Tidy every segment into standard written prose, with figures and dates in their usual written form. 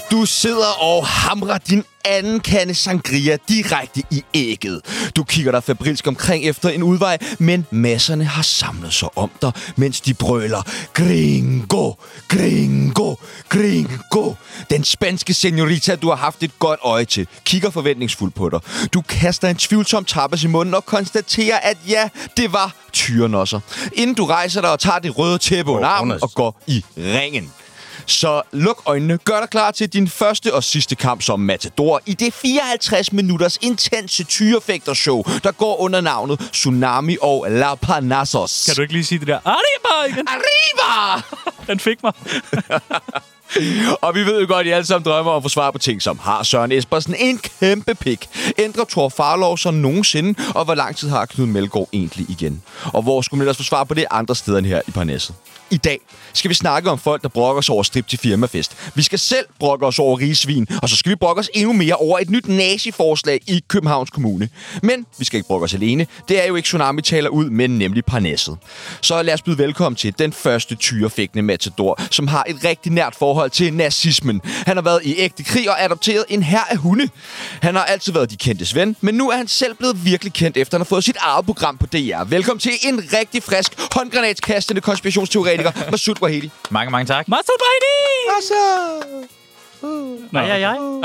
Du sidder og hamrer din anden kande sangria direkte i ægget. Du kigger dig febrilsk omkring efter en udvej, men masserne har samlet sig om dig, mens de brøler Gringo, Gringo, Gringo. Den spanske señorita, du har haft et godt øje til, kigger forventningsfuldt på dig. Du kaster en tvivlsom tapas i munden og konstaterer, at ja, det var tyrenosser. Inden du rejser dig og tager det røde tæppe under armen og går i ringen. Så luk øjnene, gør dig klar til din første og sidste kamp som matador i det 54 minutters intense tyrefægtershow, der går under navnet Tsunami og La Panazos. Kan du ikke lige sige det der? Arriba igen! Arriba! Den fik mig. Og vi ved jo godt, at I alle sammen drømmer om at få svar på ting som: har Søren Espersen en kæmpe pik? Ændrer Thor Farlov så nogensinde? Og hvor lang tid har Knud Melgaard egentlig igen? Og hvor skulle man ellers få svar på det andre steder end her i Parnasset? I dag skal vi snakke om folk, der brokker sig over strip til firmafest. Vi skal selv brokke os over rigsvin, og så skal vi brokke os endnu mere over et nyt nazi-forslag i Københavns Kommune. Men vi skal ikke brokke os alene. Det er jo ikke Tsunami taler ud, men nemlig Parnasset. Så lad os byde velkommen til den første tyrefægtende matador, som har et rigtig nært forhold til nazismen. Han har været i ægte krig og adopteret en hær af hunde. Han har altid været de kendtes ven, men nu er han selv blevet virkelig kendt, efter han har fået sit eget program på DR. Velkommen til en rigtig frisk, håndgranatskastende konspirationsteoretiker, Masoud Vahedi. Mange tak. Masoud Vahedi! Ej.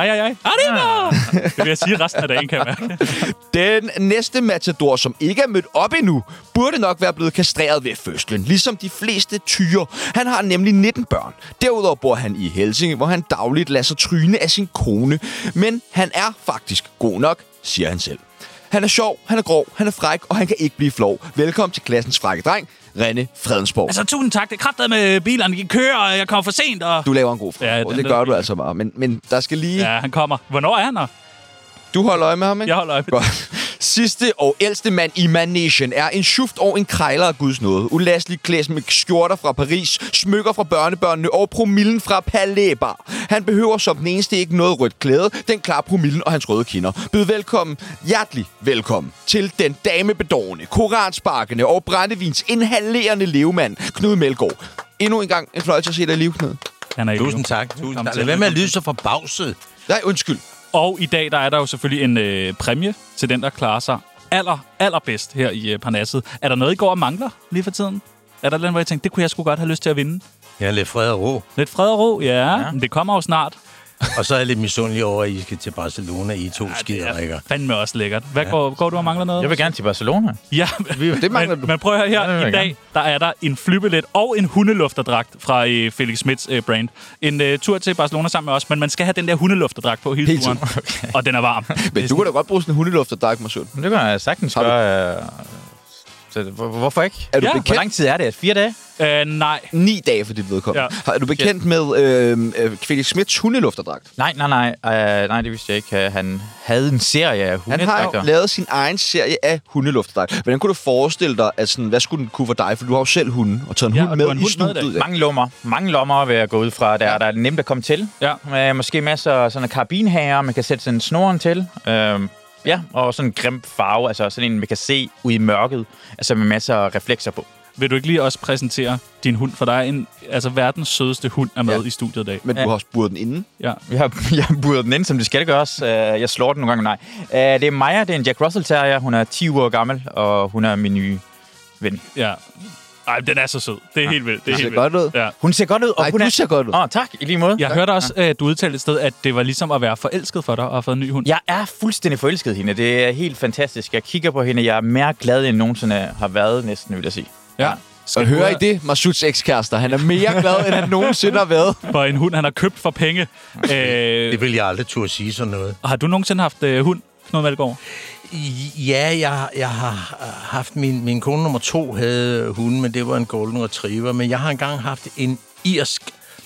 Arriba! Det vil jeg sige resten af dagen, kan jeg mærke. Den næste matador, som ikke er mødt op endnu, burde nok være blevet kastreret ved fødslen, ligesom de fleste tyre. Han har nemlig 19 børn. Derudover bor han i Helsinge, hvor han dagligt lader sig tryne af sin kone. Men han er faktisk god nok, siger han selv. Han er sjov, han er grov, han er fræk, og han kan ikke blive flov. Velkommen til klassens frække dreng, René Fredensborg. Altså, tusind tak. Det er kraftigt med bilerne. De kører, og jeg kommer for sent. Og... Du laver en god Fredensborg. Ja, det gør du altså bare. Men der skal lige... Ja, han kommer. Hvornår er han her? Du holder øje med ham, ikke? Jeg holder øje med godt. Sidste og ældste mand i Manation er en schuft og en krejler af Guds nåde. Ulasseligt klædt med skjorter fra Paris, smykker fra børnebørnene og promillen fra Palais Bar. Han behøver som den eneste ikke noget rødt klæde, den klarer promillen og hans røde kinder. Byd velkommen, hjertelig velkommen til den damebedårende, koransparkende og brændevins inhalerende levemand, Knud Melgaard. Endnu en gang en fornøjelse at se dig i liv, Knud. Tusind tak. Lad være med at lyde så forbavset. Nej, undskyld. Og i dag, der er der jo selvfølgelig en præmie til den, der klarer sig allerbedst her i Parnasset. Er der noget, I går og mangler lige for tiden? Er der noget, hvor jeg tænkte, det kunne jeg sgu godt have lyst til at vinde? Ja, lidt fred og ro. Lidt fred og ro, ja. Men det kommer jo snart. Og så er jeg lidt misundelig over, at I skal til Barcelona, I to skiderikker. Fandme også lækkert. Hvad går du og mangler noget? Jeg vil gerne til Barcelona. Ja, det mangler du. Men prøv at høre her. I dag, der er der en flybillet og en hundelufterdragt fra Felix Smiths brand. En tur til Barcelona sammen med os, men man skal have den der hundelufterdragt på hele turen. Okay. Og den er varm. Men du kan da godt bruge sådan en hundelufterdragt, Masoud. Det kan jeg sagtens gøre. Hvorfor ikke? Er du bekendt? Hvor lang tid er det? 4 dage? Nej. 9 dage for dit vedkommende. Ja. Er du bekendt med Felix Smiths hundelufterdragt? Nej, det vidste jeg ikke. Han havde en serie af hundedragter. Han har lavet sin egen serie af hundelufterdragter. Hvordan kunne du forestille dig, at sådan, hvad skulle den kunne for dig? For du har jo selv hunde og taget en hund med i studiet. Mange lommer vil jeg gå ud fra. Der er nemt at komme til. Ja. Måske masser af sådan karabinhager, man kan sætte sådan snoren til. Ja, og sådan en grim farve, altså sådan en, man kan se ud i mørket, altså med masser af reflekser på. Vil du ikke lige også præsentere din hund? For der er verdens sødeste hund er med i studiet i dag. Men du har også buret den inden? Ja. Jeg har buret den inden, som det skal gøres. Jeg slår den nogle gange, nej. Det er Maja, det er en Jack Russell Terrier. Hun er 10 år gammel, og hun er min nye ven. Ja. Ej, den er så sød. Det er helt vildt. Det ser godt ud. Ja. Hun ser godt ud. Og du ser godt ud. Tak, i lige måde. Jeg hørte også, at du udtalte et sted, at det var ligesom at være forelsket for dig og have fået en ny hund. Jeg er fuldstændig forelsket i hende. Det er helt fantastisk. Jeg kigger på hende. Jeg er mere glad, end nogensinde har været, næsten, vil jeg sige. Ja. Og hører I det, Masouds ekskærester? Han er mere glad, end han nogensinde har været. For en hund, han har købt for penge. Det vil jeg aldrig turde sige sådan noget. Har du nogensinde haft hund, Knud Melgaard? Ja, jeg har haft min kone nummer 2 havde hunde, men det var en golden retriever. Men jeg har engang haft en irsk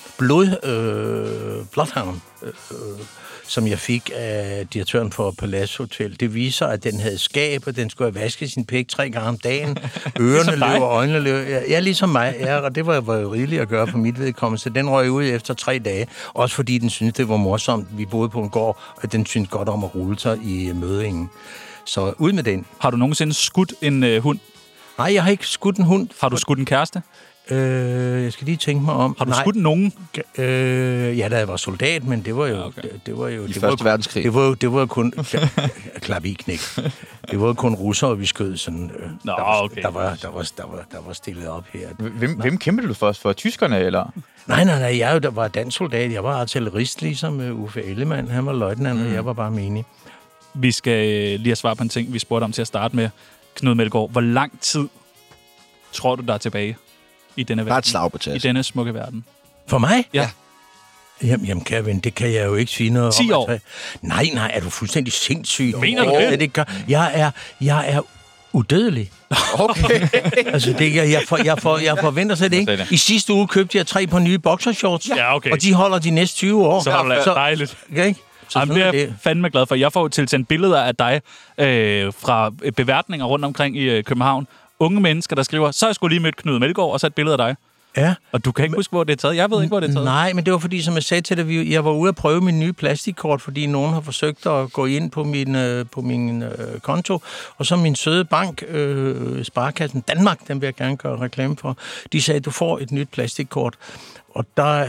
bloodhound, som jeg fik af direktøren for Palace Hotel. Det viser, at den havde skab, og den skulle have vasket sin pæk 3 gange om dagen. Ørerne løb og øjnene løb. Ja, ligesom mig. Ja, og det var jo rigeligt at gøre for mit vedkommende. Så den røg ud efter 3 dage. Også fordi den syntes, det var morsomt. Vi boede på en gård, og den syntes godt om at rulle sig i mødingen. Så ud med den. Har du nogensinde skudt en hund? Nej, jeg har ikke skudt en hund. Har du skudt en kæreste? Jeg skal lige tænke mig om. Har du skudt nogen? Ja, da jeg var soldat, men det var jo... Okay. Det var jo I Første Verdenskrig. Det var kun... klap i knæk. Det var kun russere, vi skød sådan... Der var stillet op her. Hvem kæmpede du for tyskerne, eller? Nej, jeg var dansk soldat. Jeg var artillerist, ligesom Uffe Ellemann. Han var løjtnant, og jeg var bare menig. Vi skal lige have svar på en ting, vi spurgte om til at starte med. Knud Melgaard, hvor lang tid tror du, der er tilbage i denne verden? Bare et slag på I denne smukke verden. For mig? Ja. Jamen, kære ven, det kan jeg jo ikke sige noget 10 om. år? Nej, er du fuldstændig sindssyg? Mener du det? Jeg er udødelig. Okay. Altså, jeg forventer sig det ikke. I sidste uge købte jeg 3 på nye boxershorts, Ja, okay. og de holder de næste 20 år. Så holder det dejligt. Okay? Jamen, det er jeg fandme glad for. Jeg får tilsendt billeder af dig fra beværtninger rundt omkring i København. Unge mennesker, der skriver, så har jeg sgu lige mødt Knud Melgaard, og så et billede af dig. Ja. Og du kan ikke huske, hvor det er taget. Jeg ved ikke, hvor det er taget. Nej, men det var fordi, som jeg sagde til dig, jeg var ude at prøve min nye plastikkort, fordi nogen har forsøgt at gå ind på min konto. Og så min søde bank, Sparekassen Danmark, den vil jeg gerne gøre reklame for, de sagde, du får et nyt plastikkort. Og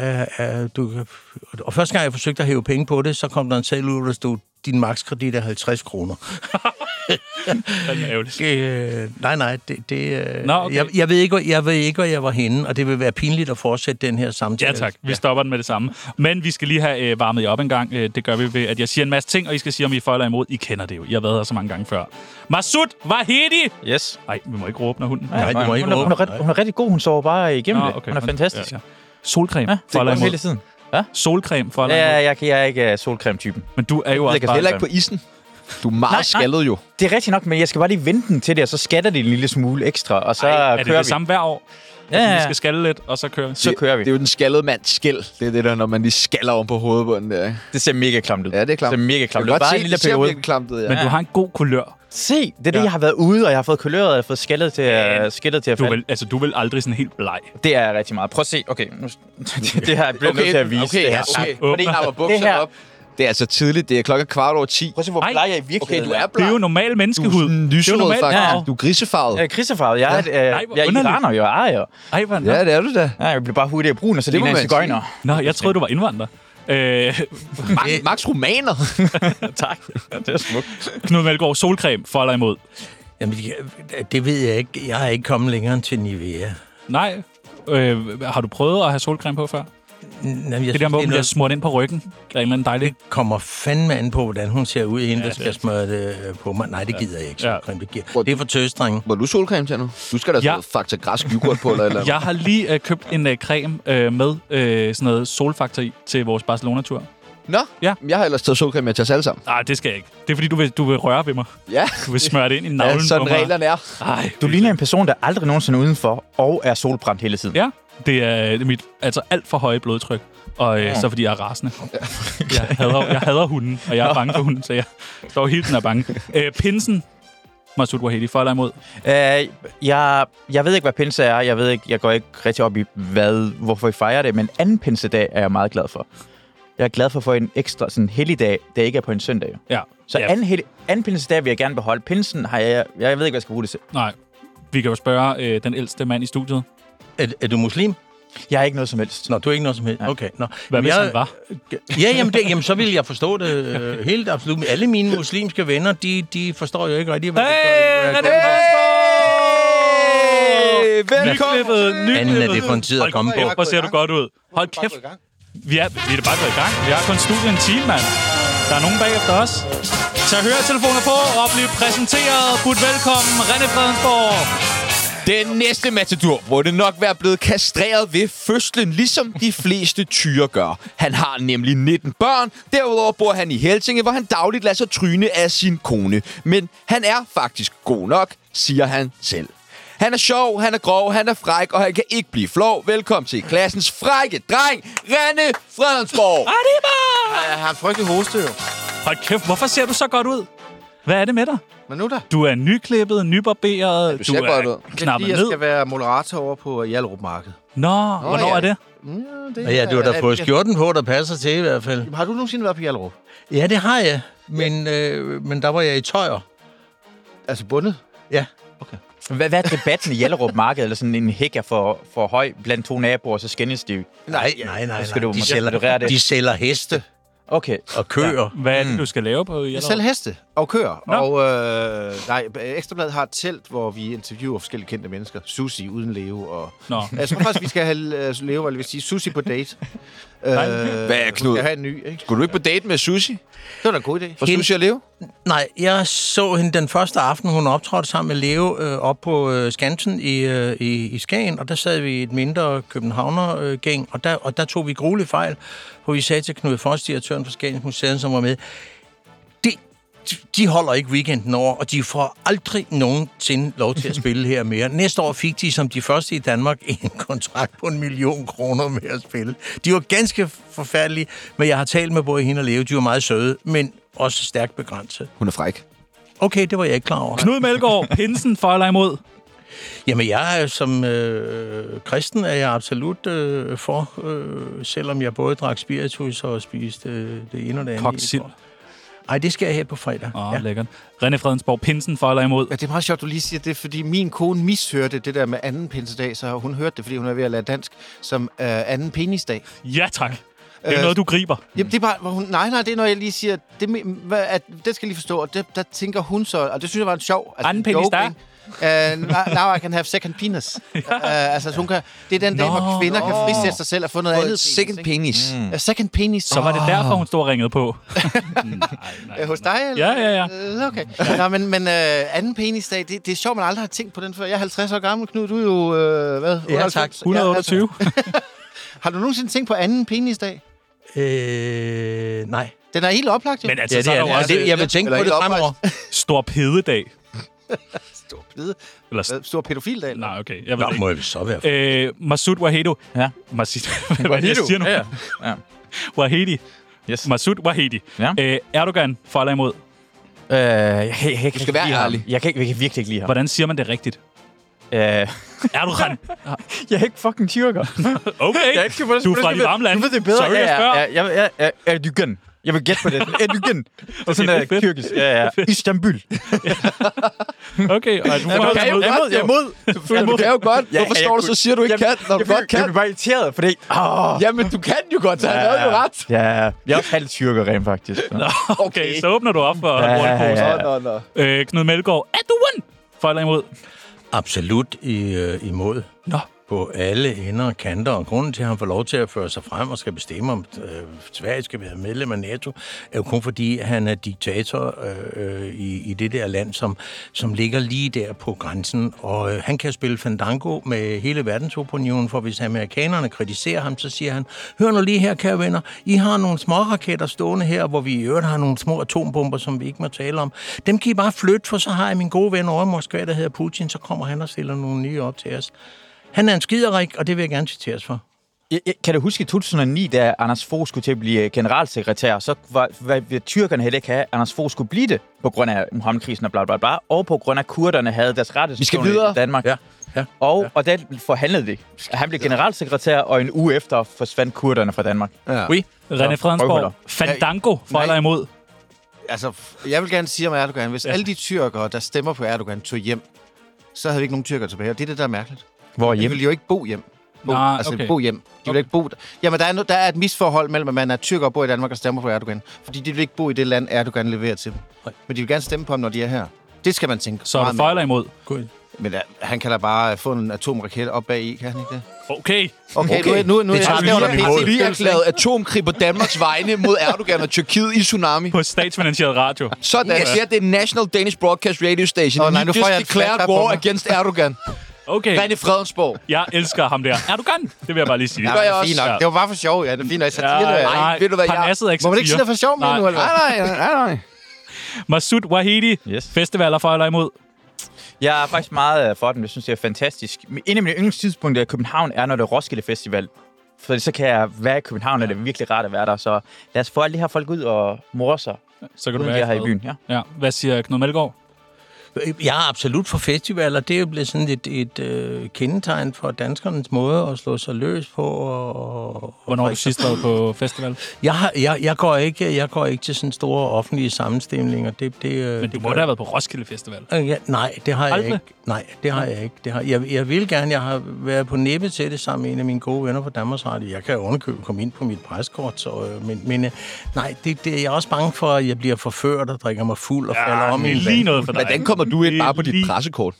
og første gang jeg forsøgte at hæve penge på det, så kom der en seddel ud, der stod, din makskredit er 50 kroner. Nej, okay. jeg ved ikke, hvor jeg var henne, og det vil være pinligt at fortsætte den her samtale. Ja tak, vi stopper den med det samme. Men vi skal lige have varmet jer op en gang. Det gør vi ved, at jeg siger en masse ting, og I skal sige, om I er for eller imod. I kender det jo. Jeg har været her så mange gange før. Masoud Vahedi! Yes. Nej, vi må ikke råbe, når hunden... Nej, du må ikke råbe. Hun er rigtig god. Hun sover bare igennem det. Okay. Hun er fantastisk. Ja. Solcreme, Ja, for eller imod. hele tiden. Ja? Solcreme, for eller imod. Ja, jeg er ikke solcreme-typen. Men du er jo også bare... Heller ikke på isen. Du er meget skaldet jo. Det er rigtigt nok, men jeg skal bare lige vente den til det, og så skatter det en lille smule ekstra, og så er det kører det vi. samme hver år? Ja. Vi skal skalle lidt, og så kører vi. Så kører vi. Det er jo den skaldede mands skæld. Det er det der, når man lige skaller om på hovedbunden der. Det ser mega klamt ud. Ja, det er klamt. Det ser mega klamt ud. Bare Bare se, en lille det ser periode. virkelig klamt ud, ja. Men du har en god kulør. Se, det er det, jeg har været ude, og jeg har fået kuløret, og jeg har fået skaldet til at falde. Du vil aldrig sådan helt bleg. Det er rigtig meget. Prøv at se. Okay, nu, det her bliver nødt til at vise. Okay, det her. okay. Fordi Knapper bukserne op. Det er altså tidligt. Det er 10:15. Prøv at se, hvor bleg jeg i virkeligheden. Okay, du er Det bleg. er jo normal menneskehud. Du er sådan lyserød, faktisk. Ja. Du er grisefarvet. Jeg er grisefarvet. Jeg er iraner, jeg er arier. Ej, hvor Ja, det er du da. Ja, jeg bliver bare hurtigt brun, og så Det må ligner en man cigøjner. Nå, jeg troede, du var indvandrer. Max Romaner. Tak. Det er smukt. Knud Melgaard, solcreme, for eller imod? Jamen, det ved jeg ikke. Jeg er ikke kommet længere end til Nivea. Nej. Har du prøvet at have solcreme på før? Jamen, Det der, hvor hun bliver smurt ind på ryggen. Det er en eller anden dejlig. Det kommer fandme an på, hvordan hun ser ud, inden der skal smøre det på mig. Nej, det gider jeg ikke. Solcreme, det er for tøstrengen. Hvor du solcreme til nu? Du skal da Ja. Fakta græsk yoghurt på, eller eller andet. Jeg har lige købt en creme med sådan noget solfaktor i til vores Barcelona-tur. Nå, Ja. jeg har ellers taget solcreme med til os alle sammen. Nej, det skal jeg ikke. Det er fordi, du vil røre ved mig. Ja, Du vil smøre det ind i navlen sådan på mig. reglerne er. Ej, Du ligner en person, der aldrig nogensinde er udenfor, og er solbrændt hele tiden. Ja, det er mit alt for høje blodtryk. Og så fordi jeg er rasende. Jeg hader hunden, og jeg er bange for hunden, så jeg står hele tiden er bange. Pinsen, Masoud Vahedi, for eller imod? Jeg ved ikke, hvad pinse er. Jeg går ikke rigtig op i, hvorfor vi fejrer det, men anden pinsedag er jeg meget glad for. Jeg er glad for at få en ekstra sådan helligdag, der ikke er på en søndag. Ja. Så anden pinsedag vil jeg gerne beholde. Pinsen har jeg ved ikke, hvad jeg skal bruge det til. Nej. Vi kan jo spørge den ældste mand i studiet. Er du muslim? Jeg er ikke noget som helst. Nå, du er ikke noget som helst. Okay. Nå. Hvad hvis han var? Ja, jamen så vil jeg forstå det helt absolut. Alle mine muslimske venner, de forstår jo ikke rigtig, hvad det gør. Velkommen! Anden er det for en tid at komme på. Hvor ser du godt ud. Hold kæft. Vi er da bare gået i gang. Vi har kun studiet en time, mand. Der er nogen bagefter os. Tag høretelefoner på og bliv præsenteret. Bud velkommen, René Fredensborg. Den næste matador må det nok være blevet kastreret ved fødslen, ligesom de fleste tyre gør. Han har nemlig 19 børn. Derudover bor han i Helsinge, hvor han dagligt lader sig tryne af sin kone. Men han er faktisk god nok, siger han selv. Han er sjov, han er grov, han er fræk, og han kan ikke blive flov. Velkommen til klassens frække dreng, René Fredensborg. Arriba! Jeg har en frygtelig hoste, jo. Hold kæft, hvorfor ser du så godt ud? Hvad er det med dig? Men nu da. Du er nyklippet, nybarberet. Ja, du ser godt ud. Knappet Jeg ned. skal være moderator over på Hjallerup Marked. Hvornår er det? Ja, du har da fået skjorten på, der passer til i hvert fald. Har du nogensinde været på Hjallerup? Ja, det har jeg. Men der var jeg i tøjer. Altså bundet? Ja. Okay. Hvad er debatten i Hjallerup Marked? Eller sådan en hæk er for høj blandt to naboer, så skændes de? Nej. Skal du De sælger heste okay. og køer. Ja. Hvad er det, du skal lave på Hjallerup? Jeg sælger heste og køer. Nå. Og Ekstrabladet har et telt, hvor vi interviewer forskellige kendte mennesker. Sushi uden leve. Og Nå. jeg tror faktisk, vi skal have leve, eller vil sige sushi på date. Hvad er Knud? Jeg have en ny, ikke? Skulle du ikke på date med Sushi? Det var da en god idé. For Sushi at leve? Nej, jeg så hende den første aften, hun optrådte sammen med Leo op på Skansen i Skagen, og der sad vi i et mindre københavner-gæng, og der tog vi grueligt fejl, hvor vi sagde til Knud Foss, direktøren for Skagens Museum, som var med, de holder ikke weekenden over, og de får aldrig nogensinde lov til at spille her mere. Næste år fik de som de første i Danmark en kontrakt på 1 million kroner med at spille. De var ganske forfærdelige, men jeg har talt med både hende og Leo. De var meget søde, men også stærkt begrænset. Hun er fræk. Okay, det var jeg ikke klar over. Knud Melgaard, pinsen for eller imod? Jamen, jeg er som kristen er jeg absolut for, selvom jeg både drak spiritus og spiste det ene og det andet. Kogt sild. Nej, det skal jeg have på fredag. Lækkert. René Fredensborg, pinsen for eller imod? Ja, det er meget sjovt, du lige siger det, fordi min kone mishørte det der med anden pinsedag, så hun hørte det, fordi hun er ved at lære dansk, som anden penisdag. Ja, tak. Det er noget, du griber. Jamen, det er bare, hvor hun, nej, det er noget, jeg lige siger, det skal jeg lige forstå, og der tænker hun så, og det synes jeg var en sjov. Altså, anden penisdag? Now I can have second penis. Altså, hun kan, det er den dag, hvor kvinder kan frisætte sig selv og få noget andet. Second penis. Second penis. Så var det derfor, hun stod og ringede på. nej. Hos dig? Eller? Ja. Okay. Nå, men anden penisdag, det er sjovt, man aldrig har tænkt på den før. Jeg er 50 år gammel, Knud. Du er jo, hvad? Ja, tak. 128. Har du nogensinde tænkt på anden penisdag? Nej. Den er helt oplagt, jo. Men altså, så er der jo også Jeg vil tænke på det fremover. stor pededag. Stor pide. Eller Stor pædofildag. nej, okay. Jeg ved det må jeg så være ikke. Masoud Wahedo. Ja. Jeg siger nu. Ja. Wahedi. Yes. Masoud Wahedi. Ja. Erdogan for eller imod? Jeg Du skal være ærlig. Jeg kan virkelig ikke lide ham. Hvordan siger man det rigtigt? Erdogan. Jeg er ikke fucking tyrker. Okay. Du er fra de varme lande. Du ved det bedre. Sorry, jeg spørger. Jeg er dykken. Jeg vil gætte på det. Erdogan. Og sådan det er fedt. tyrkisk. Ja. Istanbul. Okay, og du var Jeg er imod. Du kan jo godt. Hvorfor står du så siger du ikke kan, når du godt kan? Jeg bliver bare irriteret, fordi... Jamen, du kan jo godt, så han havde jo ret. Ja, jeg er også halvt tyrker rent faktisk. Okay, så åbner du op for lortepose. Knud Melgaard. Erdogan for eller imod? Absolut imod. Nå. På alle ender og kanter, og grunden til, at han får lov til at føre sig frem og skal bestemme, om Sverige skal være medlem af NATO, er jo kun fordi, han er diktator i det der land, som ligger lige der på grænsen. Og han kan spille fandango med hele verdensopinionen, for hvis amerikanerne kritiserer ham, så siger han, hør nu lige her, kære venner, I har nogle små raketter stående her, hvor vi i øvrigt har nogle små atombomber, som vi ikke må tale om. Dem kan I bare flytte, for så har jeg min gode ven over i Moskva, der hedder Putin, så kommer han og stiller nogle nye op til os. Han er en skiderik, og det vil jeg gerne citeres for. Kan du huske i 2009, da Anders Fogh skulle til at blive generalsekretær, så var tyrkerne heller ikke have, at Anders Fogh skulle blive det, på grund af Muhammedkrisen og bla bla bla, og på grund af kurderne havde deres rettestation i Danmark. Ja. Og der forhandlede det. Han blev generalsekretær, og en uge efter forsvandt kurderne fra Danmark. Ja. Oui. René Fredensborg. Fandango for eller imod? Altså, jeg vil gerne sige om Erdogan, hvis alle de tyrkere, der stemmer på Erdogan, tog hjem, så havde vi ikke nogen tyrkere tilbage. Det er det, der er mærkeligt. Hvor De hjem? vil jo ikke bo hjem. Okay. Bo hjem. De vil ikke bo... Jamen, der er et misforhold mellem, at man er tyrker og bor i Danmark og stemmer på Erdogan. Fordi de vil ikke bo i det land, Erdogan leverer til dem. Men de vil gerne stemme på ham, når de er her. Det skal man tænke. Så er du for eller imod? Men han kan da bare få en atomraket op bag i, kan han ikke det? Okay. Nu Det tager vi er imod. Vi har erklæret atomkrig på Danmarks vegne mod Erdogan og Tyrkiet i tsunami. På statsfinansieret radio. Sådan. Det er det National Danish Broadcast Radio Station. nej, nu får jeg just en flashback declared på war mig. against Erdogan. Okay. René Fredensborg. Jeg elsker ham der. Erdogan. Det vil jeg bare lige sige. gør jeg også. Fint nok. Det var bare for sjov, ja. Det er fint, at jeg Nej, ved du hvad, Parnasset er ikke Må man ikke sige det for sjov med nu, eller hvad? Nej. Masoud Wahedi. Yes. Festivaler for eller imod? Jeg er faktisk meget for den. Jeg synes, det er fantastisk. En af mine yndlingstidspunkter i København er, når det er Roskilde Festival. For så kan jeg være i København, og det er virkelig rart at være der. Så lad os få alle de her folk ud og more sig, Så kan du uden være jeg her i fred. byen. Ja. Ja. Hvad siger Knud Melgaard? Jeg er absolut for festivaler. Det er jo blevet sådan et kendetegn for danskernes måde at slå sig løs på. Hvornår har du sidst været på festival? Jeg går ikke til sådan store offentlige sammenstemninger. Men du må da have været på Roskilde Festival. Nej, det har Aldrig? jeg ikke. Nej, det har jeg ikke. Jeg vil gerne. Jeg har været på næppe til det sammen med en af mine gode venner fra Danmarks Radio. Jeg kan jo underkøbe komme ind på mit preskort, men nej, jeg er også bange for, at jeg bliver forført og drikker mig fuld og falder om i en lige noget for dig. Hvordan kommer du ind bare på dit pressekort?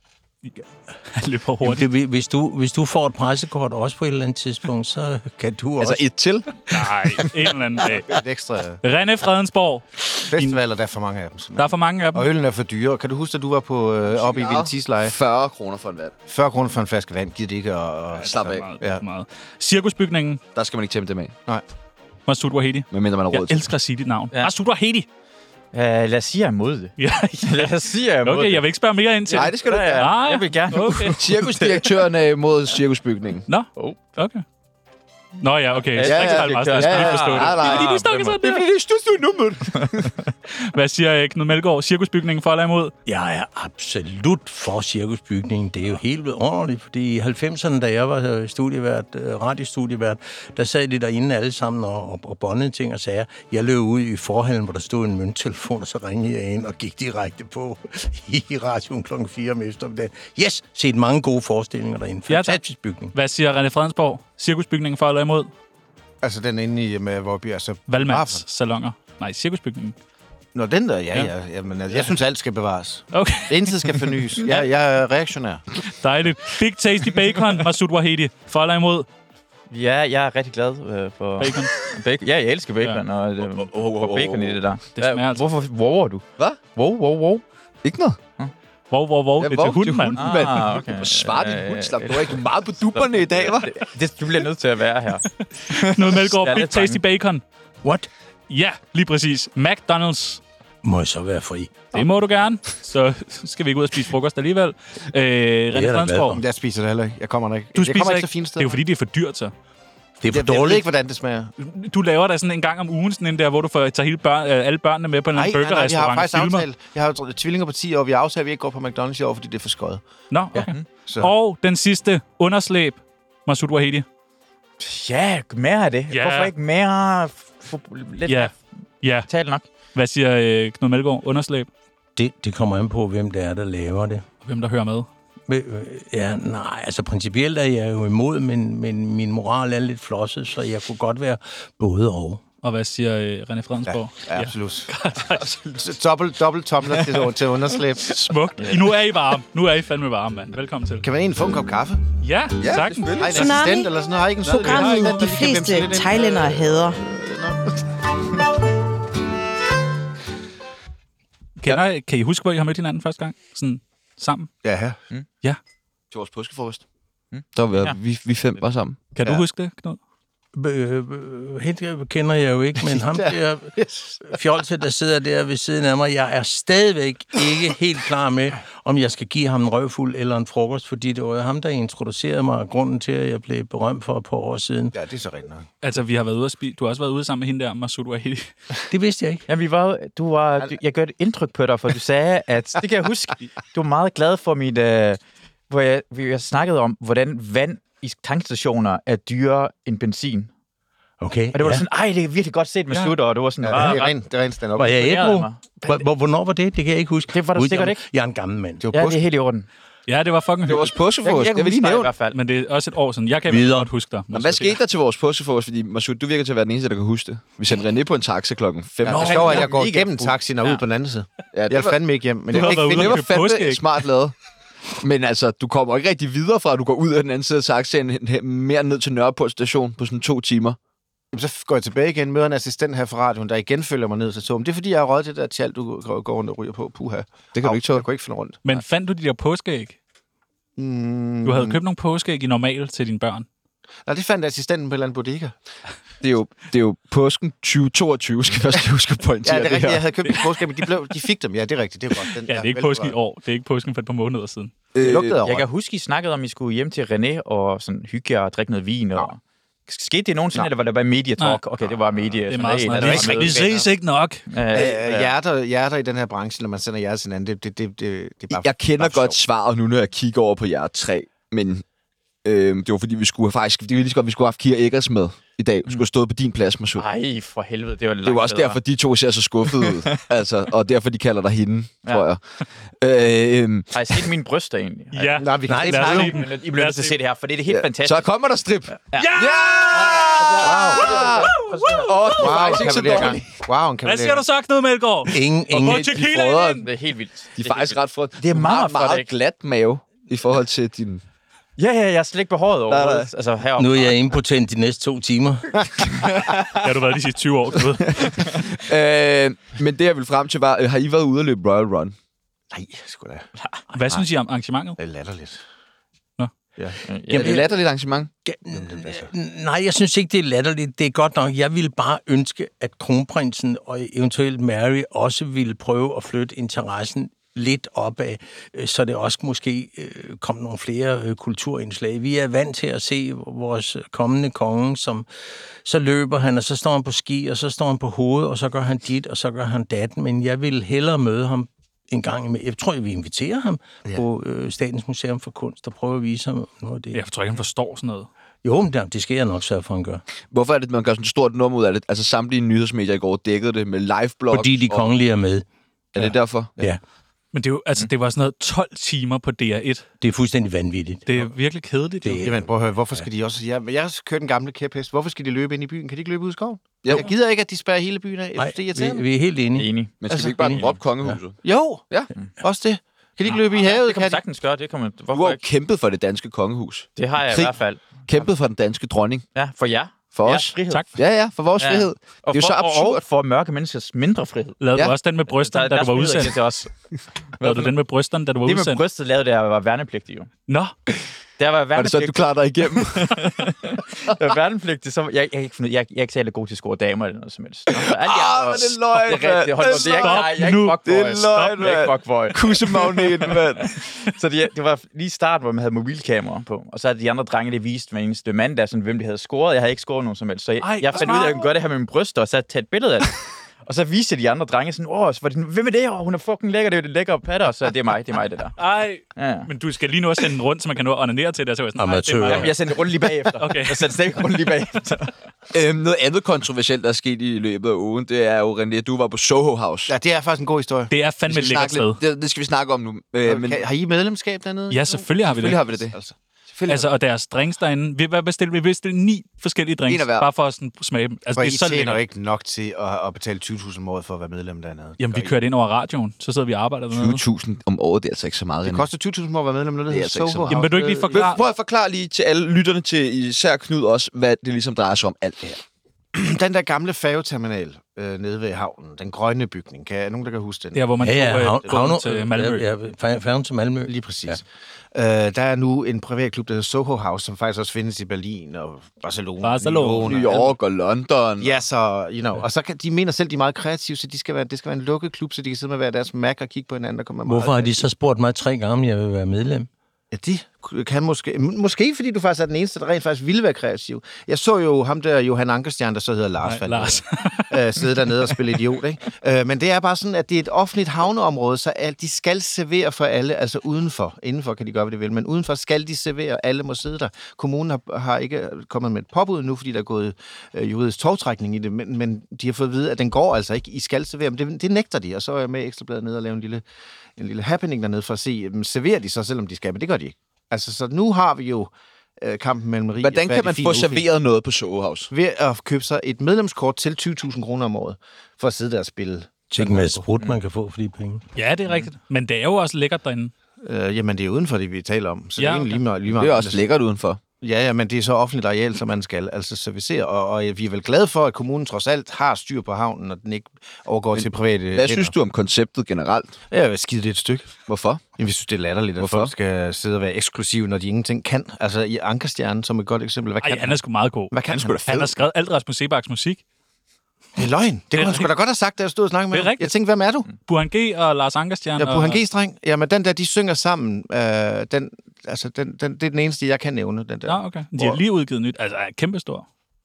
Lidt for hurtigt. Hvis du får et pressekort også på et eller andet tidspunkt, så kan du også... Altså et til? Nej, en eller anden dag. Et ekstra René Fredensborg. festivaler, der er for mange af dem. Der er for mange af dem. Og øllen er for dyre. Kan du huske, at du var på oppe i Vilde Tisleje? 40 kroner for en vand. 40 kroner for en flaske vand, giver det ikke at... Slap af. Ja. Meget. Cirkusbygningen. Der skal man ikke tæmme det med. Nej. Masud Wahedi. Medmindre man har råd Jeg til. elsker at sige dit navn. Ja. Masud Wahedi. Lad os sige, jeg er imod det. Ja, Lad os sige, jeg er imod okay, det. jeg vil ikke spørge mere ind til. Nej, det skal du ikke. Nej, Jeg vil gerne. Okay. Cirkusdirektøren er imod cirkusbygningen. Nå, okay. Nå ja, okay. Ja, Strikse ja, Halvmaster, jeg ja, skal ja, lige forstå det. nej, Det er fordi, nej. de snakker sådan Det er der. fordi, det er største nummer. Hvad siger Knud Melgaard? Cirkusbygningen for eller imod? Jeg er absolut for cirkusbygningen. Det er jo helt vidunderligt, fordi i 90'erne, da jeg var radiostudievert, der sad de derinde alle sammen og bondede ting og sager. Jeg løb ud i forhallen, hvor der stod en mønttelefon, og så ringede jeg ind og gik direkte på i radioen kl. 4 om eftermiddagen. Yes, set mange gode forestillinger derinde. Ja, tak. Fantastisk bygning. Hvad siger René Fredensborg? Cirkusbygningen for eller imod? Altså den inde i, med, hvor vi er så... Valmands salonger. Nej, cirkusbygningen. Nå, den der, ja. Jamen, altså, jeg synes, alt skal bevares. Okay, Intet skal fornyes. Jeg er reaktionær. dejligt. Big Tasty Bacon, Masud Wahedi. For eller imod? Ja, jeg er rigtig glad for Bacon. bacon. Ja, jeg elsker bacon, og bacon i det der. Det smager altså. Hvorfor wower du? Hvad? Wow. Ikke noget. Wow. Det er til hunden, mand. Ah, okay. Svar din hund, slap. Du er ikke meget på dupperne i dag, hva'? Du bliver nødt til at være her. Knud Melgaard, Jeg er Big lidt Tasty Bacon. What? Ja, lige præcis. McDonald's. Må jeg så være fri? Det må du gerne. Så skal vi ikke ud og spise frokost alligevel. René da glad Fredensborg. Jeg spiser det heller ikke. Jeg kommer der ikke. Du jeg spiser kommer ikke. ikke så fint Det sted. er jo fordi, det er for dyrt, så. Det er for Jeg ved dårligt. ikke, hvordan det smager. Du laver da sådan en gang om ugen, sådan en der, hvor du får tager alle børnene med på en Nej, vi har burgerrestaurant faktisk og filmer. aftalt. Jeg har jo tvillinger på 10 år. Vi har aftalt, at vi ikke går på McDonald's i år, fordi det er for skøjet. Nå, okay. Så. Og den sidste, underslæb, Masud Wahedi. Ja, mere af det. Ja. Hvorfor ikke mere... Lidt Ja. Tal nok. Hvad siger Knud Melgaard? Underslæb. Det kommer an på, hvem det er, der laver det. Hvem der hører med? Ja, nej, altså principielt er jeg jo imod, men min moral er lidt flosset, så jeg kunne godt være både og. Og hvad siger René Fredensborg? Ja, absolut. Dobbelt tomler til underslæb. Smukt. Nu er I varme. Nu er I fandme varme, mand. Velkommen til. Kan man egentlig få en kop kaffe? Ja, Ja, tak. selvfølgelig. Har I en Tsunami. assistent eller sådan noget? Har I ikke en sød Programmet, de fleste thailændere hader. Kan I huske, hvor I har mødt hinanden første gang? Sådan sammen? Ja, her. Ja. Til vores påskefrokost. Der var vi 5 bare sammen. Kan du huske det, Knud? Helt kender jeg jo ikke, men ham der fjolse, der sidder der ved siden af mig, jeg er stadigvæk ikke helt klar med, om jeg skal give ham en røvfuld eller en frokost, fordi det var ham, der introducerede mig, og grunden til, at jeg blev berømt for et par år siden. Ja, det er så rigtigt nok. Altså, vi har været ude at spise. Du har også været ude sammen med hende der, Masud Wahedi. Det vidste jeg ikke. Ja, jeg gør et indtryk på dig, for du sagde, at... Det kan jeg huske. Du var meget glad for mit... hvor vi snakkede om, hvordan vand i tankstationer er dyrere end benzin. Okay, Og det var sådan, det er virkelig godt set med slutter, og det var sådan... Ja, det er rent stand-up. Var jeg imponerede ædru? Hvornår var det? Det kan jeg ikke huske. Det var du Gud, sikkert ikke. Jeg er en gammel mand. Det var Ja, det påske. er helt i orden. Ja, det var fucking Det var vores påskefrokost. Jeg Jeg vil lige huske dig i nævne. hvert fald. Men det er også et år siden. Jeg kan Videre. godt huske dig. Men hvad skete der til vores påskefrokost? Fordi Masud, du virker til at være den eneste, der kan huske det. Vi sendte René på en taxa klokken 5. Ja, det sjove er, at jeg går mega igennem fuld. taxien og ud på den anden side. Ja, Jeg vil fandme ikke hjem, men Du jeg har kan været ikke ude finde at Det købe var fandme påskeæg. smart lavet. Men altså, du kommer ikke rigtig videre fra, at du går ud af den anden side af taxaen, mere ned til Nørreport station på sådan 2 timer. Så går jeg tilbage igen, møder en assistent her fra radioen, der igen følger mig ned til toget. Det er fordi, jeg har røget det der tjal, du går rundt og ryger på. Puha. Det kan du ikke tåle. Jeg kunne ikke finde rundt. Men fandt du de der påskeæg? Du havde købt nogle påskeæg i normal til dine børn. Nej, det fandt assistenten på en eller anden bodega. Det er jo påsken 2022, skal jeg også huske at pointere Ja, det er rigtigt. her. Jeg havde købt en påske, men de fik dem. Ja, det er rigtigt. Det er godt. Den, Ja, det er ikke påsken i år. Det er ikke påsken for et par måneder siden. Det lugtede over. Jeg kan huske, I snakkede om, at I skulle hjem til René og sådan hygge jer og drikke noget vin. Og... Skete det nogensinde, eller var det bare Mediatalk? Okay, det var Media. Det er meget sådan. Vi ses ikke nok. Hjerter i den her branche, når man sender hjertet til hinanden, det er bare... Jeg kender godt svaret nu, når jeg kigger over på jer 3, men det var fordi, vi skulle have haft Kira Eggers med i dag. Vi skulle have stået på din plads, Masud. Ej, for helvede. Det var også derfor, de to ser så skuffede ud. Altså, og derfor, de kalder dig hende, tror jeg. Har I set mine bryster egentlig? Ja. Nej, vi kan ikke I bliver nødt til at se det her, for det er helt fantastisk. Så kommer der strip. Ja! Wow, hvad siger du så, Knud Melgaard? Ingen Det er helt vildt. De er faktisk ret flot. Det er meget glat mave i forhold til din... Ja, jeg har slet ikke behåret overhovedet. Altså, nu er jeg impotent de næste 2 timer. Det har du været de sidste 20 år, du ved. Men det, jeg ville frem til, var, har I været ude at løbe Royal Run? Nej, sgu da. Hvad synes I om arrangementet? Det er latterligt. Nå. Ja. Jamen, det er latterligt arrangement. Nej, jeg synes ikke, det er latterligt. Det er godt nok. Jeg ville bare ønske, at kronprinsen og eventuelt Mary også ville prøve at flytte interessen lidt opad, så det også måske kom nogle flere kulturindslag. Vi er vant til at se vores kommende konge, som så løber han, og så står han på ski, og så står han på hovedet, og så gør han dit, og så gør han datten. Men jeg vil hellere møde ham en gang med. Jeg tror, jeg vil invitere ham på Statens Museum for Kunst og prøve at vise ham noget af det. Jeg tror ikke, han forstår sådan noget. Jo, men det skal jeg nok sørge for, at han gør. Hvorfor er det, man gør sådan et stort nummer ud af det? Altså samtlige nyhedsmedier i går dækkede det med live-blogs. Fordi de kongelige er med. Er det derfor? Ja. Men det er jo, altså, det var sådan noget 12 timer på DR1. Det er fuldstændig vanvittigt. Det er virkelig kedeligt. Jamen, prøv at høre, hvorfor skal de også... Jeg har kørt en gamle kæphest. Hvorfor skal de løbe ind i byen? Kan de ikke løbe ud i skoven? Jo. Jeg gider ikke, at de spærrer hele byen af. Nej, Det er vi er helt enige. Men skal vi ikke bare droppe kongehuset? Jo, også det. Kan de ikke løbe i havet? Det kan man sagtens gøre. Det kan man... Du har jo kæmpet for det danske kongehus. Det har jeg i hvert fald. Kæmpet for den danske dronning. Ja, for jer. For os. Frihed. Tak. Ja, for vores frihed. Det er jo så absurd. Og for mørke menneskers mindre frihed. Lavede du også den med brysterne, da du var udsendt? Det også. Lavede du den med brysterne, da du var udsendt? Det med brystet lavede jeg, var værnepligtig jo. Nå. Der var det så, du klarer dig igennem? Jeg var værnepligtig, så jeg er ikke særlig god til at score damer eller noget som helst. Det er løgn, det er ikke fuckboy. Kussemagnet, mand. Så det var lige start, hvor man havde mobilkamera på, og så havde de andre drenge, det vist hver eneste mand, der sådan, hvem de havde scoret. Jeg havde ikke scoret nogen som helst, så jeg fandt ud af, at jeg kunne gøre det her med mine bryster, og så tage et billede af det. Og så viste de andre drenge sådan, hvem er det? Hun er fucking lækker, det er jo det lækre patter. Så det er mig, det der. Ej, men du skal lige nu også sende den rundt, så man kan nå at onanere til det. Så jeg sendte rundt lige bagefter. Okay. Jeg sendte stadig rundt lige bagefter. Noget andet kontroversielt, der er sket i løbet af ugen, det er jo, René, du var på Soho House. Ja, det er faktisk en god historie. Det er fandme et lækkert sted. Det skal vi snakke om nu. Men har I medlemskab dernede? Ja, selvfølgelig har vi det. Selvfølgelig har vi det. Altså, og deres drinks derinde. Hvad bestilte vi? Vi bestilte 9 forskellige drinks, bare for at sådan smage dem. Altså, for det er I tjener jo ikke nok til at betale 20.000 om året for at være medlem dernede. Jamen, vi kørte ind over radioen, så sidder vi og arbejder dernede. 20.000 om året, det er altså ikke så meget. Det koster 20.000 om året at være medlem dernede. Det er altså Jamen, vil du ikke lige forklare? Prøv at forklare lige til alle lytterne, til især Knud også, hvad det ligesom drejer sig om alt det her. Den der gamle færgeterminal nede ved havnen, den grønne bygning, kan nogen, der kan huske den? Der, hvor man tog til Malmø. Ja, færgen til Malmø. Lige præcis. Ja. Der er nu en privatklub, der hedder Soho House, som faktisk også findes i Berlin og Barcelona. New York og London. Ja, så, og så kan, de mener selv, de er meget kreative, så det skal være en lukket klub, så de kan sidde med hver deres Mac og kigge på hinanden. Der kommer Hvorfor har de så spurgt mig 3 gange, om jeg vil være medlem? Ja, de kan måske fordi du faktisk er den eneste, der rent faktisk ville være kreativ. Jeg så jo ham der, Johan Ankerstjern, der så hedder Lars. Sidde dernede og spille idiot, ikke? Men det er bare sådan, at det er et offentligt havneområde, så de skal servere for alle, altså udenfor. Indenfor kan de gøre, hvad de vil, men udenfor skal de servere, alle må sidde der. Kommunen har ikke kommet med et påbud nu, fordi der er gået juridisk tovtrækning i det, men de har fået at vide, at den går altså ikke. I skal servere, men det nægter de, og så er jeg med Ekstrabladet nede og lave en lille happening dernede for at se, serverer de så, selvom de skal, men det gør de ikke. Altså, så nu har vi jo kampen mellem rige. Hvordan kan man få serveret noget på Soho House? Ved at købe sig et medlemskort til 20.000 kroner om året, for at sidde der og spille. Tænk med sprut, man kan få for de penge. Ja, det er rigtigt. Men det er jo også lækkert derinde. Jamen, det er udenfor det, vi taler om. Så ja, det er lige meget. Det er også lækkert udenfor. Ja, men det er så offentligt areal, som man skal altså servicere. Og vi er vel glade for, at kommunen trods alt har styr på havnen, og den ikke overgår til private. Hvad synes du om konceptet generelt? Jeg vil skide det et stykke. Hvorfor? Jeg synes, det er latterligt, at folk skal sidde og være eksklusive, når de ingenting kan. Altså i Ankerstjernen som et godt eksempel. Hvad kan han er sgu meget god. Hvad kan han har skrevet alt Rasmus Sebaks musik. Det er løgn. Det kunne han sgu da godt have sagt, da jeg stod og snakkede med ham. Jeg tænkte, hvem er du? Burhan G. og Lars Ankerstjern. Ja, Burhan G-streng. Jamen, den der, de synger sammen. Det er den eneste, jeg kan nævne. Den der. Ja, okay. De har lige udgivet nyt. Altså, kæmpestor.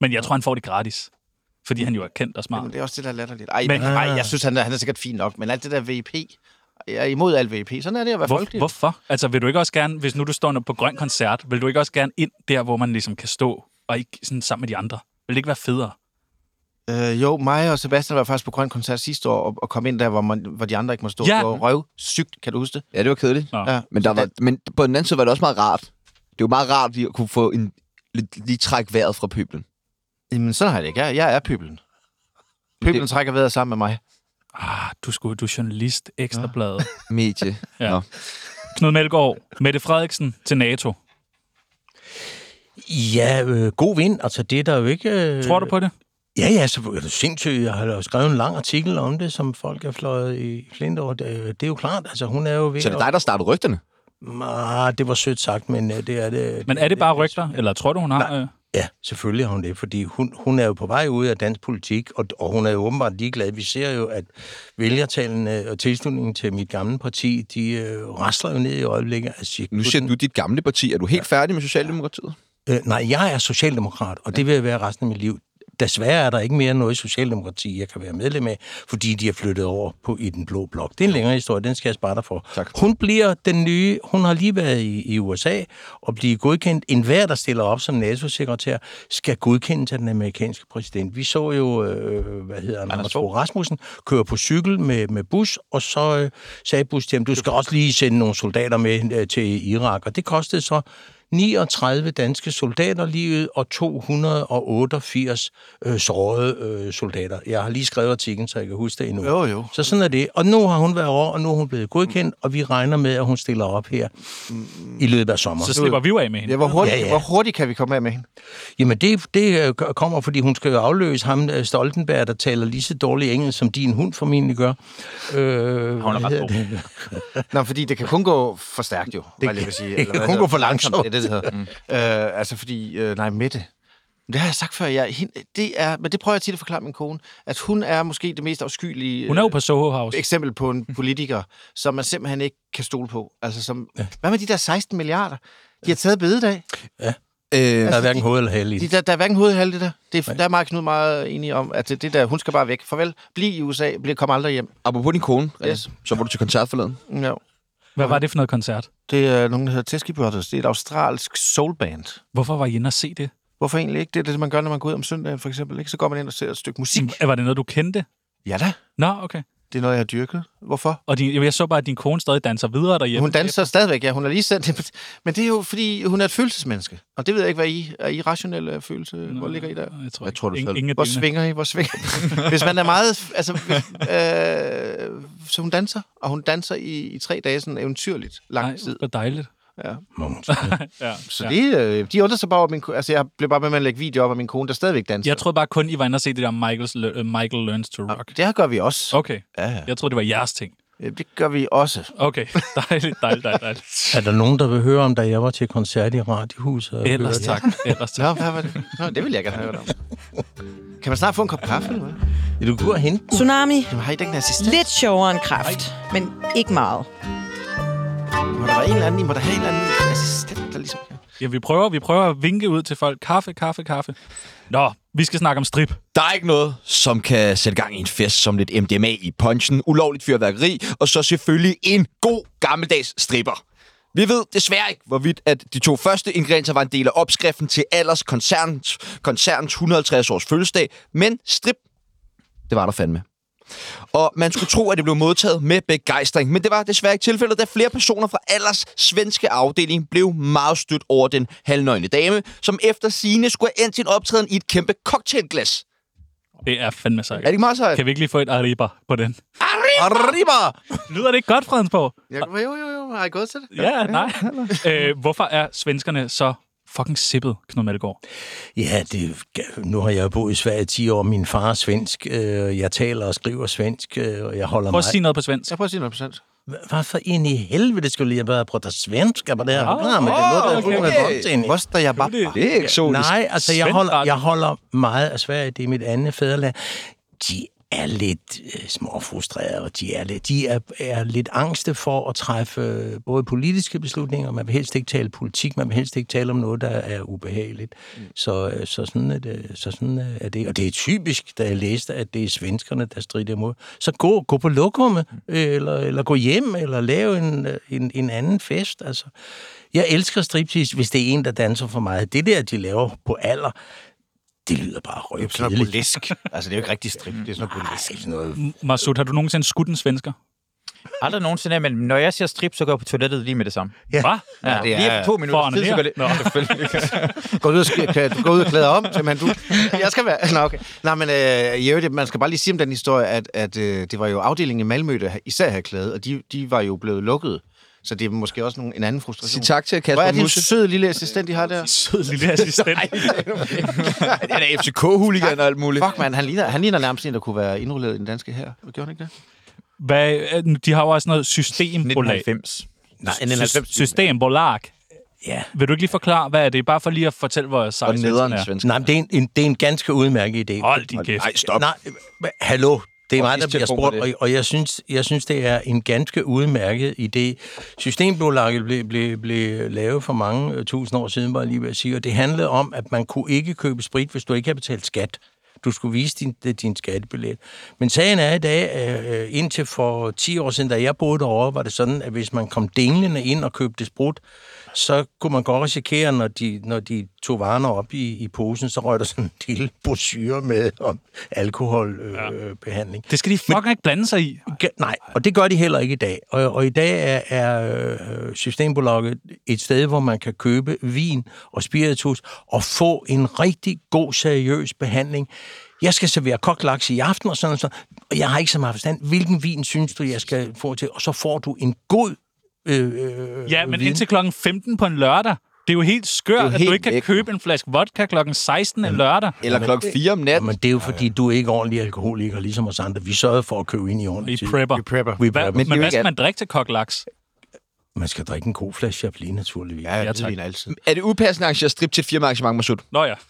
Men jeg tror, han får det gratis. Fordi han jo er kendt og smart. Jamen, det er også det, der er latterligt. Jeg synes, han er sikkert fint nok, men alt det der VP... Jeg er imod alt VP. Sådan er det at være folkelig. Hvorfor? Altså, vil du ikke også gerne, hvis nu du står på Grøn Koncert, vil du ikke også gerne ind der, hvor man ligesom kan stå, og ikke sådan sammen med de andre? Vil det ikke være federe? Jo, mig og Sebastian var faktisk på Grøn Koncert sidste år, og kom ind der, hvor de andre ikke må stå. Ja. Det var røvsygt, kan du huske det? Ja, det var kedeligt. Ja. Men på den anden side var det også meget rart. Det var meget rart, at vi kunne få lige trække vejret fra pøblen. Jamen, sådan har jeg det ikke. Jeg er pøblen. Pøblen trækker vejret sammen med mig. Du er journalist, Ekstrabladet. Medie. Ja. Knud Melgaard, Mette Frederiksen til NATO. Ja, god vind. Altså, det er der jo ikke... Tror du på det? Ja, så er det sindssygt. Jeg har jo skrevet en lang artikel om det, som folk har fløjet i flint over. Det er jo klart, altså hun er jo ved. Så det er dig, der startede rygterne? Det var sødt sagt, men det er det. Men er det bare rygter, eller tror du, hun har... Ja, selvfølgelig har hun det, fordi hun er jo på vej ud af dansk politik, og hun er jo åbenbart ligeglad. Vi ser jo, at vælgertallene og tilslutningen til mit gamle parti, de rasler jo ned i øjeblikket. Altså, nu siger du dit gamle parti. Er du helt færdig med Socialdemokratiet? Nej, jeg er socialdemokrat, og det vil jeg være resten af mit liv. Desværre er der ikke mere noget socialdemokrati, jeg kan være medlem af, fordi de er flyttet over i den blå blok. Det er en længere historie, den skal jeg spare dig for. Tak. Hun bliver den nye, hun har lige været i USA og blive godkendt. Enhver, der stiller op som NATO-sekretær, skal godkende til den amerikanske præsident. Vi så jo, Anders Fogh Rasmussen køre på cykel med Bush, og så sagde Bush til ham, du skal også lige sende nogle soldater med til Irak, og det kostede så 39 danske soldater livet og 288 sårede soldater. Jeg har lige skrevet artiklen, så jeg kan huske det endnu. Jo. Så sådan er det. Og nu har hun været over, og nu er hun blevet godkendt, og vi regner med, at hun stiller op her i løbet af sommer. Så slipper vi jo af med hende. Ja, hvor hurtigt kan vi komme af med hende? Jamen, det kommer, fordi hun skal jo afløse ham, Stoltenberg, der taler lige så dårligt engelsk, som din hund formentlig gør. Hun er ret god. Nå, fordi det kan kun gå for stærkt, jo. Det kan kun gå for langsomt. Altså fordi, Mette. Det har jeg sagt før. Men det prøver jeg tit at forklare min kone, at hun er måske det mest afskyelige... Hun er jo på Soho House. Eksempel på en politiker, som man simpelthen ikke kan stole på. Altså hvad med de der 16 milliarder? De har taget bededag. Ja. Der er hverken hoved eller hale i det. Der er hverken hoved eller hale det der. Der er Mark Knud meget enig om, at det der, hun skal bare væk. Farvel. Bliv i USA. Kom aldrig hjem. Apropos din kone, yes. Så var du til koncert forleden. Ja. Hvad var det for noget koncert? Det er nogen, der hedder Teskey Brothers. Det er et australsk soulband. Hvorfor var I inde og se det? Hvorfor egentlig ikke? Det er det, man gør, når man går ud om søndagen, for eksempel. Ikke? Så går man ind og ser et stykke musik. Var det noget, du kendte? Ja da. Nå, okay. Det er noget, jeg har dyrket. Hvorfor? Og jeg så bare, at din kone stadig danser videre derhjemme. Hun danser stadigvæk, ja. Hun har lige sendt det. Men det er jo, fordi hun er et følelsesmenneske. Og det ved jeg ikke, hvad I er. I rationelle følelse? Hvor ligger I der? Jeg tror du selv. Hvor svinger I? Hvis man er meget... Altså, så hun danser. Og hun danser i 3 dage sådan eventyrligt lang tid. Hvor dejligt. Ja. Ja. Så de undrer sig bare over min kone. Altså, jeg blev bare med at lægge video op af min kone, der stadigvæk danser. Jeg troede bare kun, I var inde og se det der Michael Learns to Rock. Det her gør vi også. Okay. Ja. Jeg troede, det var jeres ting. Det gør vi også. Okay. Dejligt. Er der nogen, der vil høre om, da jeg var til koncert i Radiohuset? Ellers tak. Nå, hvad var det? Nå, det vil jeg gerne høre om. Kan man snart få en kop kaffe, eller hvad? Ja, du kunne hente den. Tsunami. Jamen, har I ikke en assistent? Lidt sjovere end kræft, men ikke meget. Må der være en eller anden, I må der have en eller anden assistent, der ligesom... Ja, vi prøver at vinke ud til folk. Kaffe. Nå, vi skal snakke om strip. Der er ikke noget, som kan sætte gang i en fest som lidt MDMA i punchen, ulovligt fyrværkeri, og så selvfølgelig en god gammeldags stripper. Vi ved desværre ikke, hvorvidt at de 2 første ingredienser var en del af opskriften til Allers koncernens 150-års fødselsdag, men strip, det var der fandme. Og man skulle tro, at det blev modtaget med begejstring, men det var desværre ikke tilfældet, da flere personer fra Allers svenske afdeling blev meget stødt over den halvnøgne dame, som efter sigende skulle have endt sin optræden i et kæmpe cocktailglas. Det er fandme sejt. Er det ikke meget sejt? Kan vi ikke lige få et arriba på den? Arriba! Lyder det ikke godt, Fredensborg? Jo. Har I gået til det? Ja, nej. Hvorfor er svenskerne så fucking sippet, Knud Melgaard? Ja, nu har jeg jo boet i Sverige 10 år. Min far er svensk. Jeg taler og skriver svensk. Og jeg holder Prøv at sige noget på svensk. Jeg prøver at sige noget på svensk. Varför in i helvete skulle jag börja prata svenska på det här programmet? Måste jag bara? Det er eksotisk. Nej, altså jeg holder meget af Sverige. Det er mit andet fædreland. De er lidt småfrustrerede, og de er lidt angste for at træffe både politiske beslutninger. Man vil helst ikke tale politik, man vil helst ikke tale om noget, der er ubehageligt. Så sådan er det. Og det er typisk, da jeg læste, at det er svenskerne, der strider imod. Så gå på lokummet, eller gå hjem, eller lave en anden fest. Altså, jeg elsker striptease, hvis det er en, der danser for mig. Det der, de laver på alder, det lyder bare røvkedeligt. Det er sådan noget burlesk. Altså, det er jo ikke rigtig strip. Det er sådan noget burlesk. Masud, har du nogensinde skudt en svensker? Aldrig nogensinde, men når jeg siger strip, så går jeg på toilettet lige med det samme. Ja. Hvad? Ja, det er lige efter 2 minutter. Tid, så går det... Gå ud og klæde om, til man du... Jeg skal være... Nå, okay. Nej, men man skal bare lige sige om den historie, at det var jo afdelingen i Malmø, der især havde klædet, og de var jo blevet lukket. Så det er måske også en anden frustration. Sig tak til Kasper Hvad er Musse. din søde lille assistent, de har der? Sød lille assistent. Det er da FCK-huligan og alt muligt. Fuck, man, han ligner nærmest en, der kunne være indrulleret i den danske her. Gjorde han ikke det? De har jo også noget systembolag. 1990. Nej, 1990. Systembolag. Ja. Vil du ikke lige forklare, hvad er det? Bare for lige at fortælle, hvor Og sejt nederen er. svensker. Nej, men det er en ganske udmærket idé. Hold din kæft. Nej, stop. Nej, hallo. Det er Og mig, der bliver spurgt, og jeg synes, det er en ganske udmærket idé. Systembolaget blev lavet for mange tusind år siden, var jeg lige ved at sige, og det handlede om, at man kunne ikke købe sprit, hvis du ikke havde betalt skat. Du skulle vise din skattebillet. Men sagen er i dag, indtil for 10 år siden, da jeg boede derovre, var det sådan, at hvis man kom dinglende ind og købte sprut, så kunne man godt risikere, når de tog varerne op i posen, så røg der sådan en lille brochure med om alkoholbehandling. Det skal de fucking ikke blande sig i. Nej, og det gør de heller ikke i dag. Og i dag er Systembolaget et sted, hvor man kan købe vin og spiritus og få en rigtig god, seriøs behandling. Jeg skal servere kogt laks i aften og sådan, og jeg har ikke så meget forstand. Hvilken vin synes du, jeg skal få til? Og så får du en god ja, men indtil klokken 15 på en lørdag. Det er jo helt skørt, at du ikke kan købe en flaske vodka klokken 16 en lørdag. Eller klokken 4 om natten. Men det er jo fordi, du er ikke ordentlig alkoholiker, ligesom os andre. Vi sørger for at købe ind i ordentlig tid. Vi prepper. We prepper. Men hvad skal man drikke til kogt laks? Man skal drikke en god flaske Chablis, naturligvis. Ja, tak. det er altid. Er det upassende at arrangere strip til et firmaarrangement, Masud? Nå ja.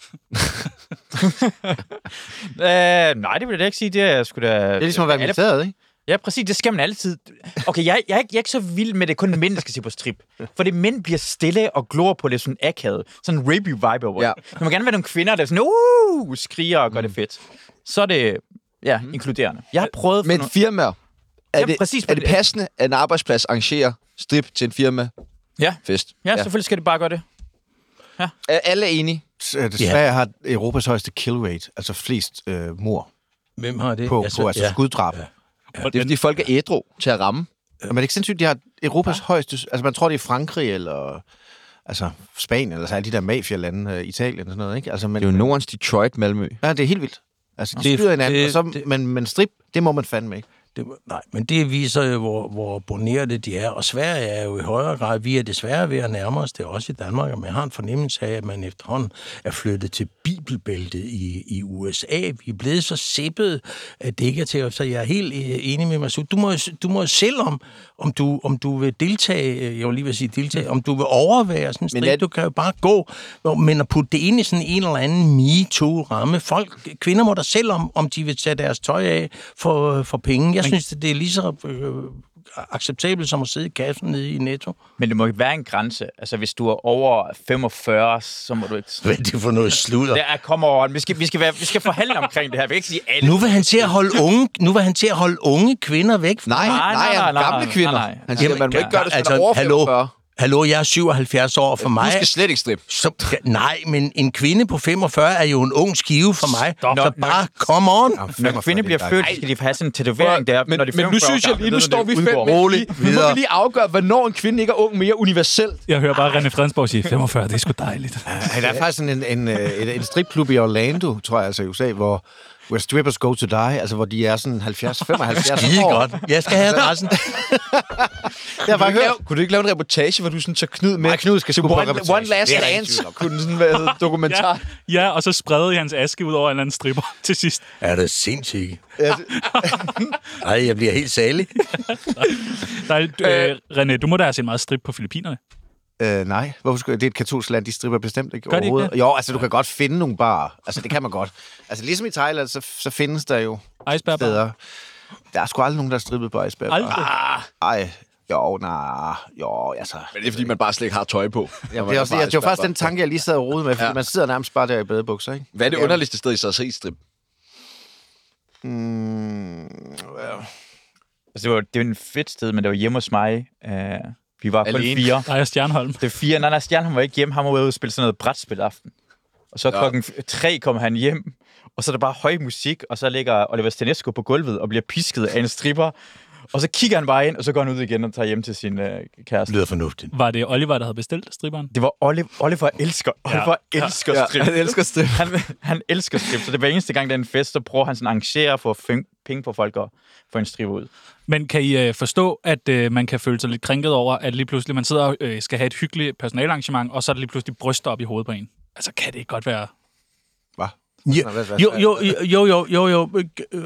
Nej, det vil jeg da ikke sige. Det er sgu da... Det er ligesom at være inviteret, ikke? Ja, præcis. Det skal man altid. Okay, jeg er ikke så vild med det, kun mænd, der skal se på strip. For det mænd bliver stille og glor på det sådan akavet. Sådan en rapey-vibe over. Ja. Der må gerne være nogle kvinder, der sådan, skriger og gør det fedt. Så er det, inkluderende. Jeg har prøvet... Men firmaer. Er det passende, at en arbejdsplads arrangerer strip til en firma? Ja. Fest. Ja, selvfølgelig skal det bare gøre det. Er alle enige? Sverige har Europas højeste kill rate, altså flest mord Hvem har det? på skuddrab. Det er fordi folk er ædru til at ramme. Men det er ikke sindssygt, de har Europas højeste... Altså, man tror, det er Frankrig eller... Altså, Spanien, eller så alle de der mafialande, Italien og sådan noget, ikke? Altså, men, Det er jo Nordens Detroit, Malmø. Ja, det er helt vildt. Altså, de skyder hinanden, men strip, det må man fandme ikke. Nej, men det viser jo, hvor bonerte de er. Og Sverige er jo i højere grad, vi er desværre ved at nærme os det også i Danmark, og jeg har en fornemmelse af, at man efterhånden er flyttet til bibelbæltet i USA. Vi er blevet så sippet, at det ikke er til, så jeg er helt enig med mig. Du må selv om du vil deltage, jeg vil lige vil sige deltage, om du vil overvære sådan en strip, du kan jo bare gå, men at putte det ind i sådan en eller anden MeToo-ramme. Kvinder må da selv om de vil tage deres tøj af for penge. Jeg synes, det er lige så acceptabelt som at sidde i kassen nede i Netto. Men det må ikke være en grænse. Altså, hvis du er over 45, så må du ikke... Hvad er det for noget sludder? Der kommer over. Vi skal forhandle omkring det her. Vi kan ikke sige alle. Nu vil han til at holde unge kvinder væk. Nej, gamle kvinder. Nej. Han siger, man må ikke gøre det, hvis man er over 45. Hallo, jeg er 77 år for mig. Du skal slet ikke strippe. Nej, men en kvinde på 45 er jo en ung skive for mig. Så bare, come on. Når en kvinde bliver født, skal de have sådan en tatovering der. Men nu synes jeg lige, nu står vi 5 roligt. Nu må vi lige afgøre, hvornår en kvinde ikke er ung mere universelt. Jeg hører bare René Fredensborg sige, 45, det er sgu dejligt. Der er faktisk en stripklub i Orlando, tror jeg, altså i USA, hvor strippers go to die, altså hvor de er sådan 70-75 Skide år. godt. Jeg skal have adressen. Kunne du ikke lave en reportage, hvor du sådan tager Knud med? Nej, Knud skal sgu på reportage. One last dance. Kunne sådan være dokumentar. Ja, og så spredte hans aske ud over en eller anden stripper til sidst. Er det sindssygt? Nej, jeg bliver helt salig. René, du må da have set meget strip på Filippinerne. Nej. Hvorfor skulle det er et katolsk land, de stripper bestemt ikke Gør de overhovedet. ikke det? Jo, altså du kan godt finde nogle barer. Altså det kan man godt. Altså ligesom i Thailand, så findes der jo Icebergbar? steder. Der er sgu aldrig nogen, der er strippet på Iceberg. Aldrig? Altså. Men det er, fordi man bare slet ikke har tøj på. Ja, det var faktisk den tanke, jeg lige sad og rodede med, fordi man sidder nærmest bare der i badebukser, ikke? Hvad er det underligste sted, I så har set strip? Altså, det var en fedt sted, men det var hjemme hos mig. Vi var kun Alene? 4. Nej, Stjernholm. Det er 4. Nej, Stjernholm var ikke hjemme. Han var ude og spille sådan noget brætspil aften. Og så klokken 3 kom han hjem, og så er der bare høj musik, og så ligger Oliver Stanesco på gulvet og bliver pisket af en stripper. Og så kigger han bare ind, og så går han ud igen og tager hjem til sin kæreste. Lyder fornuftigt. Var det Oliver, der havde bestilt stripperen? Det var Oliver elsker strip. Han elsker strip. Han elsker strip, så det hver eneste gang, der er en fest, så prøver han sådan at arrangere for at penge på folk og få en strip ud. Men kan I forstå, at man kan føle sig lidt krænket over, at lige pludselig man sidder og skal have et hyggeligt personalarrangement, og så er der lige pludselig bryster op i hovedet på en? Altså, kan det ikke godt være... Jo.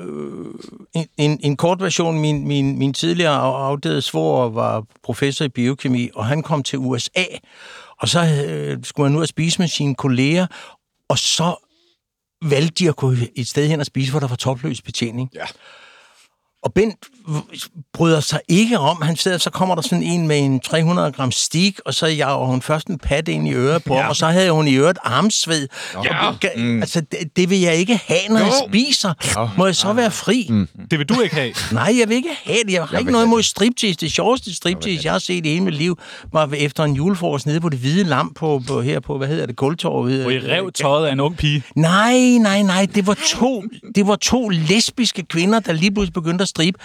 En kort version. Min tidligere afdøde svoger var professor i biokemi, og han kom til USA, og så skulle han ud og spise med sine kolleger, og så valgte de at gå et sted hen og spise, hvor der var topløs betjening. Ja. Og Bent bryder sig ikke om. Han sidder, så kommer der sådan en med en 300 gram stik, og så jager hun først en pat ind i øret på ham, og så havde hun i øret armsved. Altså, det vil jeg ikke have, når jeg spiser. Må jeg så være fri? Det vil du ikke have? Nej, jeg vil ikke have det. Jeg har ikke noget imod striptease. Det sjoveste striptease, jeg har set i hele mit liv, var efter en julefrokost nede på Det Hvide Lam på hvad hedder det, Gulvtorvet. Hvor I rev tøjet af en ung pige? Nej. Det var to lesbiske kvinder, der lige pludselig begyndte at stribe.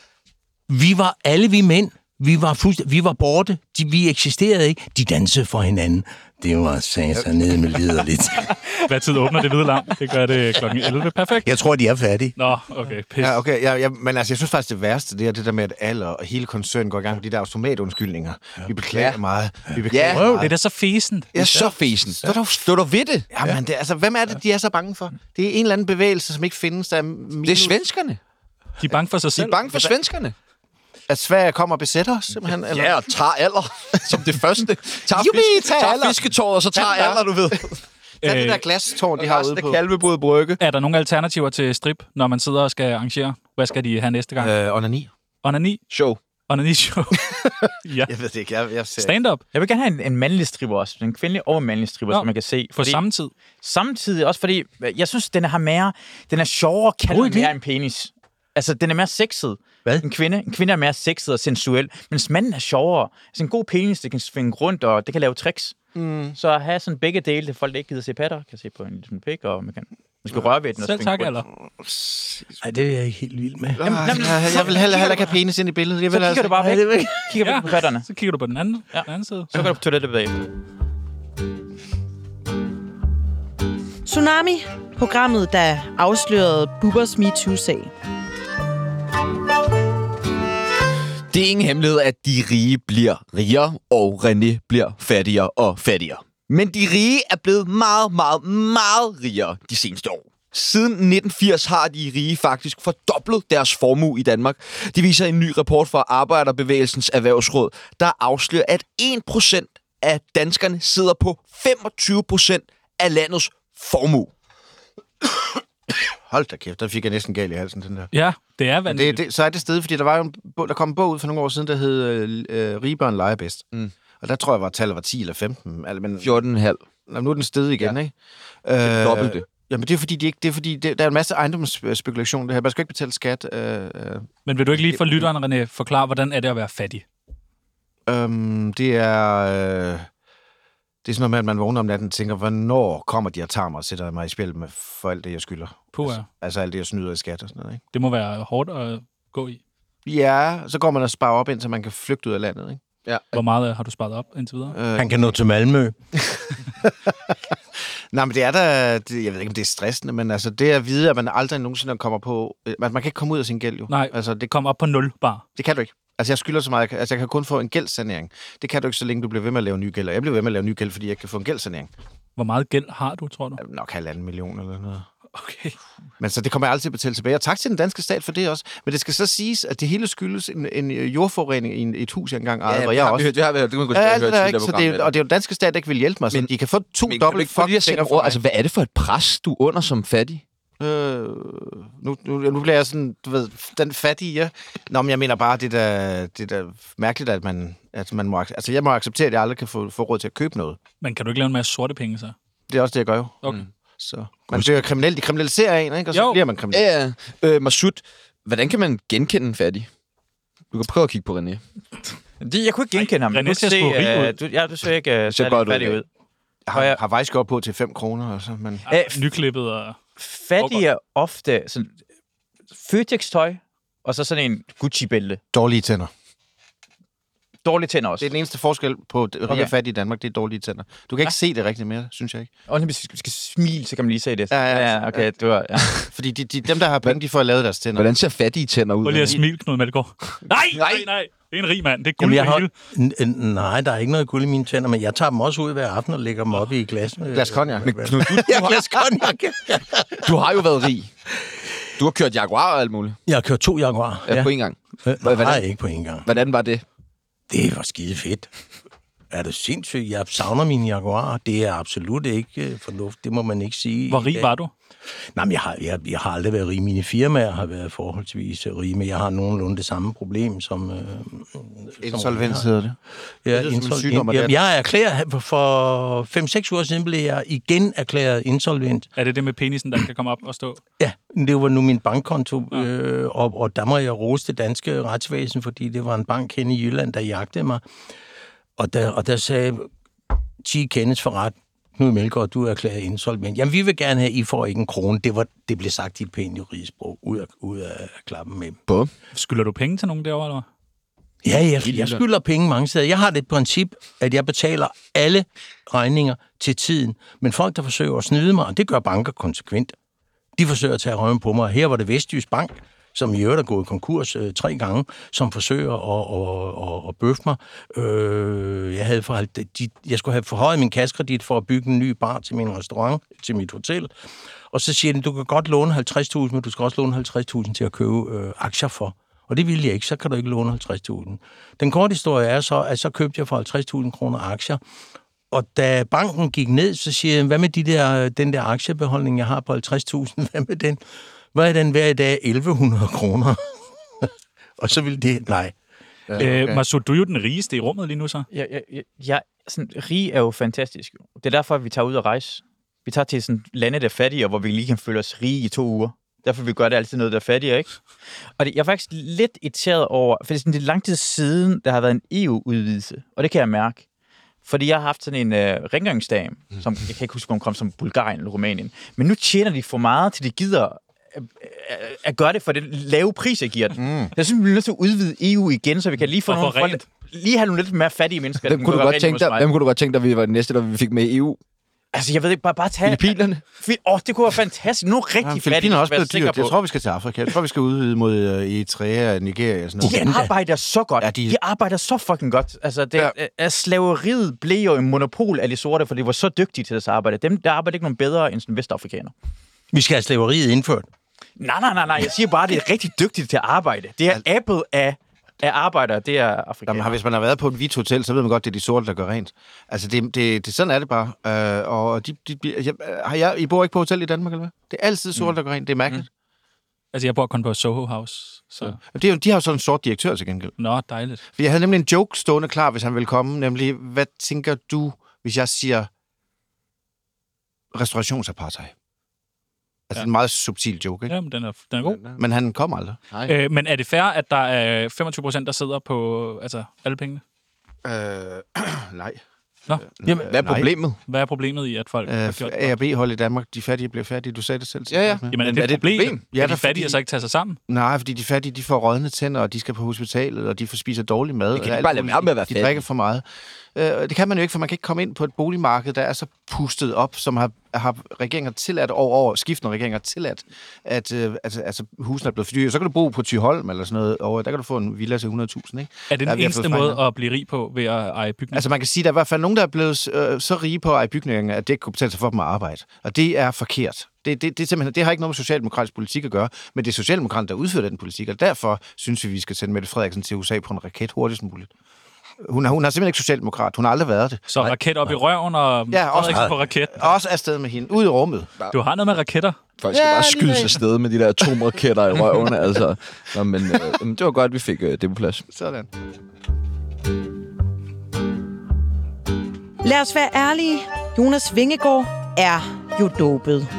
Vi mænd. Vi var borte. Vi eksisterede ikke. De dansede for hinanden. Det var satan nede med liderligt. Hvad tid åbner Det Hvide Lam? Det gør det klokken 11. Perfekt. Jeg tror, de er færdige. Nå, okay. Pis. Ja, okay. Men altså, jeg synes faktisk, det værste, det er det der med, at alle og hele koncernen går i gang med de der automatundskyldninger. Vi beklager meget. Det er da så fæsent. Det er så fæsent. Stå der ved det. Jamen, det, altså, hvem er det, de er så bange for? Det er en eller anden bevægelse, som ikke findes. Der Det er svenskerne. De er bange for sig De selv. er bange for svenskerne. At Sverige kommer og besætter os, simpelthen? Eller? Ja, og tager alder som det første. Tager fisketåret, og så tager alder, du ved. Tag det der glastårn, de har ude på. Kalvebrud Brygge. Er der nogle alternativer til strip, når man sidder og skal arrangere? Hvad skal de have næste gang? Onani. Onani? Show. Onani-show. Ja. Jeg ved det ikke. Jeg ser... Stand-up. Jeg vil gerne have en mandlig stripper også. En kvindelig og en mandlig stripper, som man kan se. På samme tid. Samtidig også, fordi jeg synes, den er sjovere og kalder mere en penis. Altså, den er mere sexet. Hvad? En kvinde er mere sexet og sensuel, mens manden er sjovere. Altså, en god penis, det kan svinge rundt, og det kan lave tricks. Så at have sådan begge dele, folk der ikke gider se patter, kan se på en lille pik, og man kan måske røre ved den og Selv svinge tak, rundt. eller? Nej, det er jeg ikke helt vild med. Jeg vil heller ikke have penis ind i billedet. Jeg vil Så kigger du bare væk. Kigger væk på patterne. Så kigger du på den anden side. Så går du på toilettet bagefter. Tsunami, programmet, der afslørede Bubbers MeToo-sag. Det er ingen hemmelighed, at de rige bliver rigere, og René bliver fattigere og fattigere. Men de rige er blevet meget, meget, meget rigere de seneste år. Siden 1980 har de rige faktisk fordoblet deres formue i Danmark. Det viser en ny rapport fra Arbejderbevægelsens Erhvervsråd, der afslører, at 1% af danskerne sidder på 25% af landets formue. Hold da kæft, der fik jeg næsten galt i halsen, den der. Ja, det er vanvittigt. Så er det sted, fordi der var jo der kom en bog ud for nogle år siden, der hed Rige børn leger bedst. Og der tror jeg, tallet var 10 eller 15. Men 14,5. Nu er den stedet igen, ikke? Dobbelt det. Jamen, det er fordi, der er en masse ejendomsspekulation. Det her. Man skal ikke betale skat. Men vil du ikke lige for lytteren, René, forklare, hvordan er det at være fattig? Det er... Det er sådan noget med, at man vågner om natten og tænker, hvornår kommer de og tager mig og sætter mig i spil for alt det, jeg skylder. Altså alt det, jeg snyder i skat og sådan noget, ikke? Det må være hårdt at gå i. Ja, så går man og sparer op, indtil man kan flygte ud af landet, ikke? Ja. Hvor meget har du sparet op indtil videre? Han kan nå til Malmø. Nej, men det er da... jeg ved ikke, om det er stressende, men altså det at vide, at man aldrig nogensinde kommer på... Man kan ikke komme ud af sin gæld, jo. Nej, altså, det kommer op på 0 bare. Det kan du ikke. Altså, jeg skylder så meget. Altså, jeg kan kun få en gældssanering. Det kan du ikke, så længe du bliver ved med at lave ny gæld. Og jeg bliver ved med at lave ny gæld, fordi jeg kan få en gældssanering. Hvor meget gæld har du, tror du? Nok 1,5 million eller noget. Okay. Men så det kommer jeg altid til at betale tilbage. Og tak til den danske stat for det også. Men det skal så siges, at det hele skyldes en jordforurening i et hus, jeg engang ejede, hvor jeg også... Det har vi hørt. Det og det er jo den danske stat, der ikke vil hjælpe mig, så de kan få dobbelt fucking ting. Altså, hvad er det for et pres, du er under som fattig? Nu bliver jeg sådan, du ved, den fattige. Nå, men jeg mener bare, det er mærkeligt, at man må... Altså, jeg må acceptere, at jeg aldrig kan få råd til at købe noget. Men kan du ikke lave en masse sorte penge, så? Det er også det, jeg gør jo. Okay. Så man bliver kriminel. De kriminaliserer en, ikke? Og så bliver man kriminel. Ja. Masud, hvordan kan man genkende en fattig? Du kan prøve at kigge på René. Jeg kunne ikke genkende ham. René ser sgu rig ud. Du ser ikke særlig fattig ud. Har faktisk gået på til 5 kroner, altså, men... Nyklippet og... Fattige er ofte sådan Føtex-tøj, og så sådan en Gucci-bælte. Dårlige tænder. Dårlige tænder også. Det er den eneste forskel på rig og fattig i Danmark, det er dårlige tænder. Du kan ikke se det rigtigt mere, synes jeg ikke. Og hvis vi skal smile, så kan man lige se det. Ja, okay. Ja. Fordi dem, der har penge, de får lavet deres tænder. Hvordan ser fattige tænder ud? Prøv lige at smile, Knud Melgaard. Nej. Det er en rig mand. Det er guld i hele. Nej, der er ikke noget guld i mine tænder, men jeg tager dem også ud hver aften og lægger dem op i glas cognac. Glas cognac. Du har jo været rig. Du har kørt Jaguar og alt muligt. Jeg har kørt 2 Jaguar. På en gang. Nej, ikke på en gang. Hvordan var det? Det var skide fedt. Er det sindssygt? Jeg savner mine Jaguar. Det er absolut ikke fornuft. Det må man ikke sige. Hvor rig var du? Nej, men jeg har aldrig været rig. Mine firmaer har været forholdsvis rige, men jeg har nogenlunde det samme problem som... Insolvens hedder det. Ja, jeg er erklæret... For 5-6 uger siden blev jeg igen erklæret insolvent. Er det med penisen, der kan komme op og stå? Ja, det var nu min bankkonto, og der må jeg rose det danske retsvæsen, fordi det var en bank henne i Jylland, der jagtede mig. Og der sagde 10 kendes for ret. Knud Melgaard, du er erklæret insolvent. Jamen, vi vil gerne have, I får ikke en krone. Det blev sagt i et pænt juridisk sprog. Ud af klappen med dem. Skylder du penge til nogen derovre, eller? Ja, jeg skylder penge mange steder. Jeg har det princip, at jeg betaler alle regninger til tiden. Men folk, der forsøger at snyde mig, og det gør banker konsekvent, de forsøger at tage røven på mig. Her var det Vestjysk Bank, som i øvrigt er gået konkurs 3 gange, som forsøger at bøffe mig. Jeg skulle have forhøjet min kaskredit for at bygge en ny bar til min restaurant, til mit hotel. Og så siger de, du kan godt låne 50.000, men du skal også låne 50.000 til at købe aktier for. Og det ville jeg ikke, så kan du ikke låne 50.000. Den korte historie er så, at så købte jeg for 50.000 kroner aktier. Og da banken gik ned, så siger jeg, hvad med den der aktiebeholdning, jeg har på 50.000, hvad med den? Hvad er den hver dag? 1.100 kroner. Og så ville det... Nej. Okay. Masud, du er jo den rigeste i rummet lige nu, så? Ja, sådan, rig er jo fantastisk. Det er derfor, vi tager ud og rejse. Vi tager til sådan lande, der er fattige, hvor vi lige kan føle os rige i 2 uger. Derfor vi gør det altid noget, der er fattigere, ikke? Og jeg er faktisk lidt irriteret over... For det er lang tid siden, der har været en EU-udvidelse. Og det kan jeg mærke. Fordi jeg har haft sådan en rengøringsdame, som jeg kan ikke huske, om hun kom som Bulgarien eller Rumænien. Men nu tjener de for meget, til de gider at gøre det for den lave pris, jeg giver den. Jeg synes, vi er nødt til at udvide EU igen, så vi kan lige få nogle folk, lige have nogle lidt mere fattige mennesker. Hvem kunne du godt tænke dig, vi var det næste, der vi fik med i EU? Altså, jeg ved ikke, bare tage... Filippinerne? Det kunne være fantastisk. Nogle rigtig fattige. Filippinerne er også blevet dyrt. Jeg tror, vi skal til Afrika. Jeg tror, vi skal ud mod Eritrea, Nigeria og sådan noget. De arbejder så godt. Ja, de arbejder så fucking godt. Altså, slaveriet blev jo en monopol af de sorte, for de var så dygtige til deres arbejde. Dem, der arbejder ikke nogen bedre end sådan vestafrikaner. Vi skal have slaveriet indført. Nej. Jeg siger bare, at det er rigtig dygtigt til at arbejde. Det er Apple af arbejdere, det er afrikanere. Jamen, hvis man har været på et hvidt hotel, så ved man godt, det er de sorte, der gør rent. Altså, sådan er det bare. Og I bor ikke på hotel i Danmark, eller hvad? Det er altid sorte, der gør rent. Det er mærkeligt. Altså, jeg bor kun på Soho House. Så. Ja. De har jo sådan en sort direktør til gengæld. Nå, dejligt. For jeg havde nemlig en joke stående klar, hvis han ville komme. Nemlig, hvad tænker du, hvis jeg siger restaurationsapartheid? Altså en meget subtil joke, ikke? Jamen, den er god. Men han kommer aldrig. Men er det fair, at der er 25%, der sidder på alle pengene? Nej. Nå. Jamen, hvad er problemet? Hvad er problemet i, at folk har gjort det? A- og B-hold i Danmark, de fattige bliver fattige. Du sagde det selv. Ja. Jamen, er det et problem? Ja, de fattige så ikke tager sig sammen? Nej, fordi de fattige, de får rådne tænder, og de skal på hospitalet, og de får spiser dårlig mad. Det kan ikke bare lade være med at være de drikker for meget. Det kan man jo ikke, for man kan ikke komme ind på et boligmarked, der er så pustet op, som har regeringer tilladt over skiftende regeringer tilladt, at husene er blevet for dyre. Så kan du bo på Thyholm eller sådan noget, og der kan du få en villa til 100.000, ikke? Er det den eneste måde at blive rig på ved at eje bygninger? Altså man kan sige, at der er i hvert fald nogen, der er blevet så rige på at eje bygninger, at det ikke kunne betale sig for dem at arbejde. Og det er forkert. Det simpelthen, det har ikke noget med socialdemokratisk politik at gøre, men det er Socialdemokraterne, der udfører den politik, og derfor synes vi skal sende Mette Frederiksen til USA på en raket hurtigst muligt. Hun er simpelthen ikke socialdemokrat. Hun har aldrig været det. Så raket op i røven og også på raket? Også afsted med hende. Ud i rummet. Du har noget med raketter? Folk skal bare skydes afsted med de der atomraketter i røven. Altså. Nå, men det var godt, at vi fik det på plads. Sådan. Lad os være ærlige. Jonas Vingegaard er jo dopet.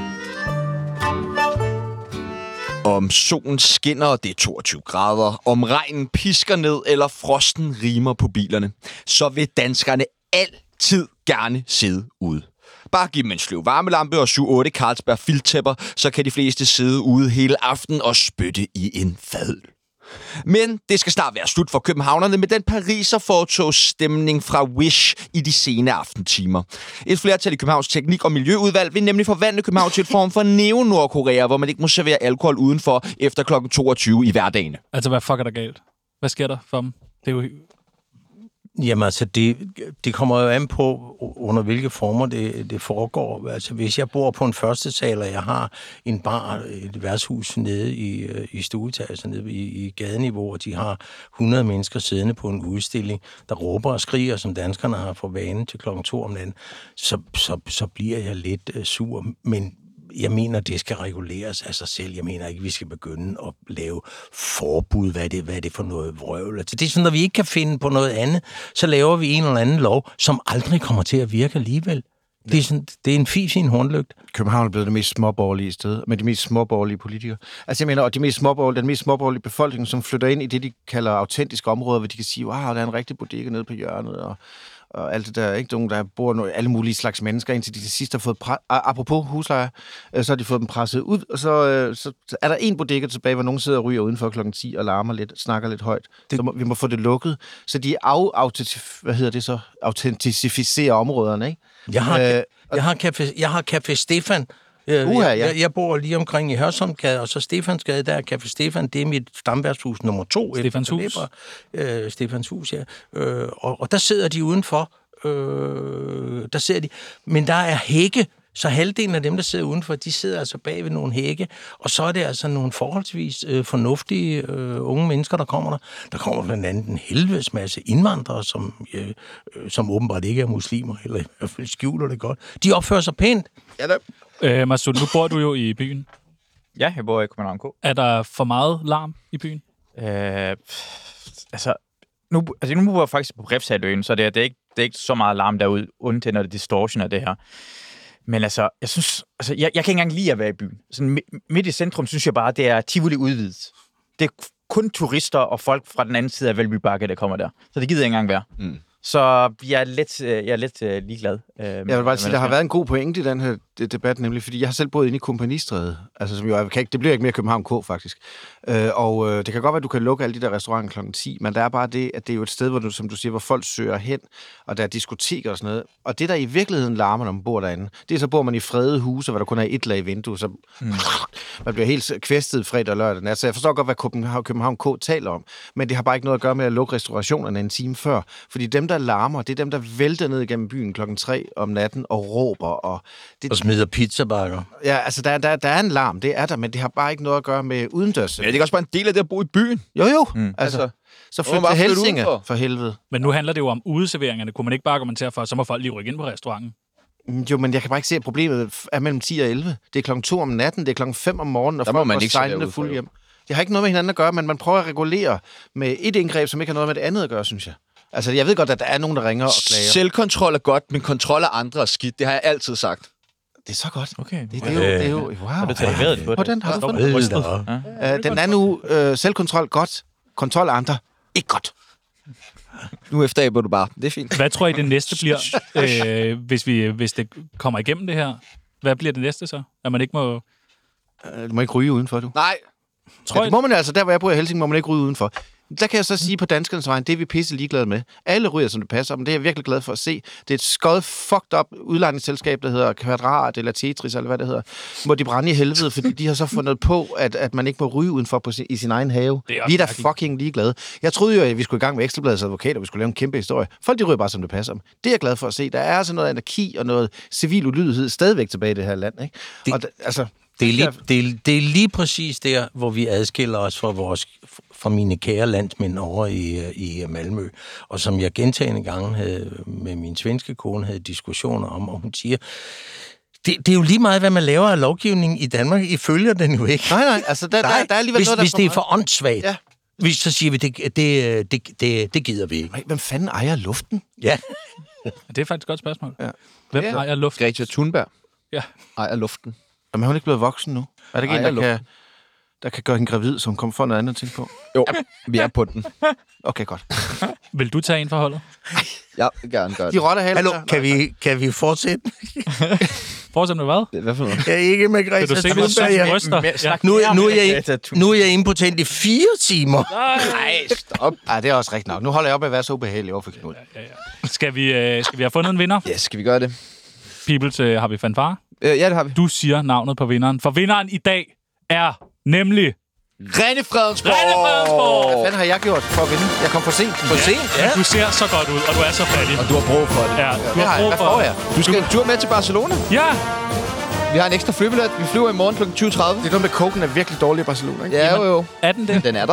Om solen skinner, og det er 22 grader, om regnen pisker ned, eller frosten rimer på bilerne, så vil danskerne altid gerne sidde ude. Bare giv dem en sløv varmelampe og 7-8 Carlsberg filttæpper, så kan de fleste sidde ude hele aften og spytte i en fadøl. Men det skal snart være slut for københavnerne med den Pariser fortogsstemning fra Wish i de sene aftentimer. Et flertal i Københavns Teknik- og Miljøudvalg vil nemlig forvandle København til et form for neo-Nordkorea, hvor man ikke må servere alkohol udenfor efter kl. 22 i hverdagen. Altså, hvad fuck er der galt? Hvad sker der for dem? Det er jo... Jamen altså, det kommer jo an på, under hvilke former det foregår. Altså, hvis jeg bor på en første sal, og jeg har en bar, et værtshus nede i stueetagen, nede i gadeniveau, og de har 100 mennesker siddende på en udstilling, der råber og skriger, som danskerne har for vane til klokken 2 om natten, så bliver jeg lidt sur. Men jeg mener, det skal reguleres af sig selv. Jeg mener ikke, vi skal begynde at lave forbud. Hvad er det for noget vrøvl? Altså, det er sådan, når vi ikke kan finde på noget andet, så laver vi en eller anden lov, som aldrig kommer til at virke alligevel. Det er en fis i en hornlygt. København er blevet det mest småborgerlige sted, med de mest småborgerlige politikere. Altså jeg mener, og den mest småborgerlige befolkning, som flytter ind i det, de kalder autentiske områder, hvor de kan sige, wow, der er en rigtig bodega nede på hjørnet, og alt det der, ikke? Nogen, der bor alle mulige slags mennesker, indtil de til sidst har fået apropos huslejer, så har de fået dem presset ud, og så er der en bodega tilbage, hvor nogen sidder og ryger udenfor klokken 10 og larmer lidt, snakker lidt højt. Vi må få det lukket, så de autentificerer områderne, ikke? Jeg har Café Stefan. Jeg bor lige omkring i Hørsholmsgade, og så Stefansgade, der er Café Stefan, det er mit stamværtshus nummer 2. Stefans hus. Stefans hus, ja. Og der sidder de udenfor. Men der er hække, så halvdelen af dem, der sidder udenfor, de sidder altså bag ved nogle hække, og så er det altså nogle forholdsvis fornuftige unge mennesker, der kommer der. Der kommer blandt andet en helvedes masse indvandrere, som åbenbart ikke er muslimer, eller i hvert fald skjuler det godt. De opfører sig pænt. Ja, da. Masud, nu bor du jo i byen. Ja, jeg bor i København K. Er der for meget larm i byen? Nu bor jeg faktisk på Refshaløen, så det er ikke så meget larm derude, undtagen når det er distortion af det her. Men altså, jeg synes, jeg kan ikke engang lide at være i byen. Sådan, midt i centrum synes jeg bare, det er Tivoli udvidet. Det er kun turister og folk fra den anden side af Valby Bakke, der kommer der. Så det gider jeg ikke engang være. Mm. Så jeg er lidt ligeglad. Jeg vil bare sige, der har været en god pointe i den her debat, nemlig fordi jeg har selv boet inde i Kompagnistræde, altså som jo det bliver ikke mere København K, faktisk. Og det kan godt være, at du kan lukke alle de der restauranter klokken 10, men der er bare det, at det er jo et sted, hvor som du siger, hvor folk søger hen, og der er diskoteker og sådan noget. Og det, der i virkeligheden larmer, når man bor derinde, det er så bor man i fredede huse, hvor der kun er et lag vindue, så man bliver helt kvæstet fredag og lørdag nat. Så jeg forstår godt, hvad København K taler om, men det har bare ikke noget at gøre med at lukke restaurationerne en time før, fordi dem, der larmer, det er dem, der vælter ned igennem byen klokken 3 om natten og råber. Og smider pizzabakker. Ja, altså der er en larm, det er der, men det har bare ikke noget at gøre med udendørs. Ja, det er også bare en del af det at bo i byen. Jo. Altså, så flyt til Helsinge, for helvede. Men nu handler det jo om udeserveringerne. Kunne man ikke bare argumentere for, så må folk lige rykke ind på restauranten? Jo, men jeg kan bare ikke se, at problemet er mellem 10 og 11. Det er klokken 2 om natten, det er klokken 5 om morgenen, og der folk går sejlende fuld hjem. Det har ikke noget med hinanden at gøre, men man prøver at regulere med et indgreb, som ikke har noget med det andet at gøre, synes jeg. Altså, jeg ved godt, at der er nogen, der ringer og klager. Selvkontrol er godt, men kontrol af andre er skidt. Det har jeg altid sagt. Det er så godt. Okay. Det er jo wow. Har du taget på det? Den har du fundet. Den er nu selvkontrol godt, kontrol af andre ikke godt. Nu efterabber du bare. Det er fint. Hvad tror I, det næste bliver, hvis det kommer igennem det her? Hvad bliver det næste så? At man ikke må... Du må ikke ryge udenfor, du. Nej. Det må man altså. Der, hvor jeg bor i Helsinge, må man ikke ryge udenfor. Der kan jeg så sige på danskernes vejen, det er vi pisse ligeglade med. Alle ryger, som det passer, men det er jeg virkelig glad for at se. Det er et skødt fucked up udlejningsselskab, der hedder Kvadrat eller Tetris, eller hvad det hedder. Må de brænde i helvede, fordi de har så fundet på, at man ikke må ryge udenfor i sin egen have. Vi er da fucking ligeglade. Jeg troede jo, at vi skulle i gang med Ekstrabladets advokater, vi skulle lave en kæmpe historie. Folk, de ryger bare, som det passer. Det er jeg glad for at se. Der er altså noget anarki og noget civil ulydighed stadigvæk tilbage i det her land, ikke? Det er lige præcis der, hvor vi adskiller os fra mine kære landsmænd over i Malmø. Og som jeg gentagne gange havde med min svenske kone havde diskussioner om, og hun siger, det er jo lige meget, hvad man laver af lovgivning i Danmark. I følger den jo ikke. Nej, altså der er alligevel noget, der hvis det er for åndssvagt, så siger vi, det gider vi ikke. Hvem fanden ejer luften? Ja. Det er faktisk et godt spørgsmål. Ja. Hvem ejer luften? Greta Thunberg ejer luften. Jamen, hun er ikke blevet voksen nu. Er det ikke en, der kan gøre hende gravid, som kommer for noget andet at tænke på? Jo, vi er på den. Okay, godt. Vil du tage en forholdet? Jeg vil gerne gøre det. De rotter Hallo, kan vi fortsætte? Fortsæt med hvad? Hvad for noget? Jeg er ikke med Greta Thunberg. Nu er jeg impotent i 4 timer. Nej, stop. Ej, det er også rigtigt nok. Nu holder jeg op med at være så ubehagelig overfor Knud. Ja. Skal vi have fundet en vinder? Ja, skal vi gøre det? Peoples, har vi fanfare? Ja, det har vi. Du siger navnet på vinderen. For vinderen i dag er nemlig... René Fredensborg! René Hvad fanden har jeg gjort for at vinde? Jeg kom for sent. Ja. Du ser så godt ud, og du er så fattig. Og du har brug for det. Ja, du har brug Hvad for får det. jeg? Du skal en tur med til Barcelona. Ja! Vi har en ekstra flybillet. Vi flyver i morgen kl. 20.30. Det er noget med koken er virkelig dårlig i Barcelona, ikke? Ja, jo. Er den det? Den er der.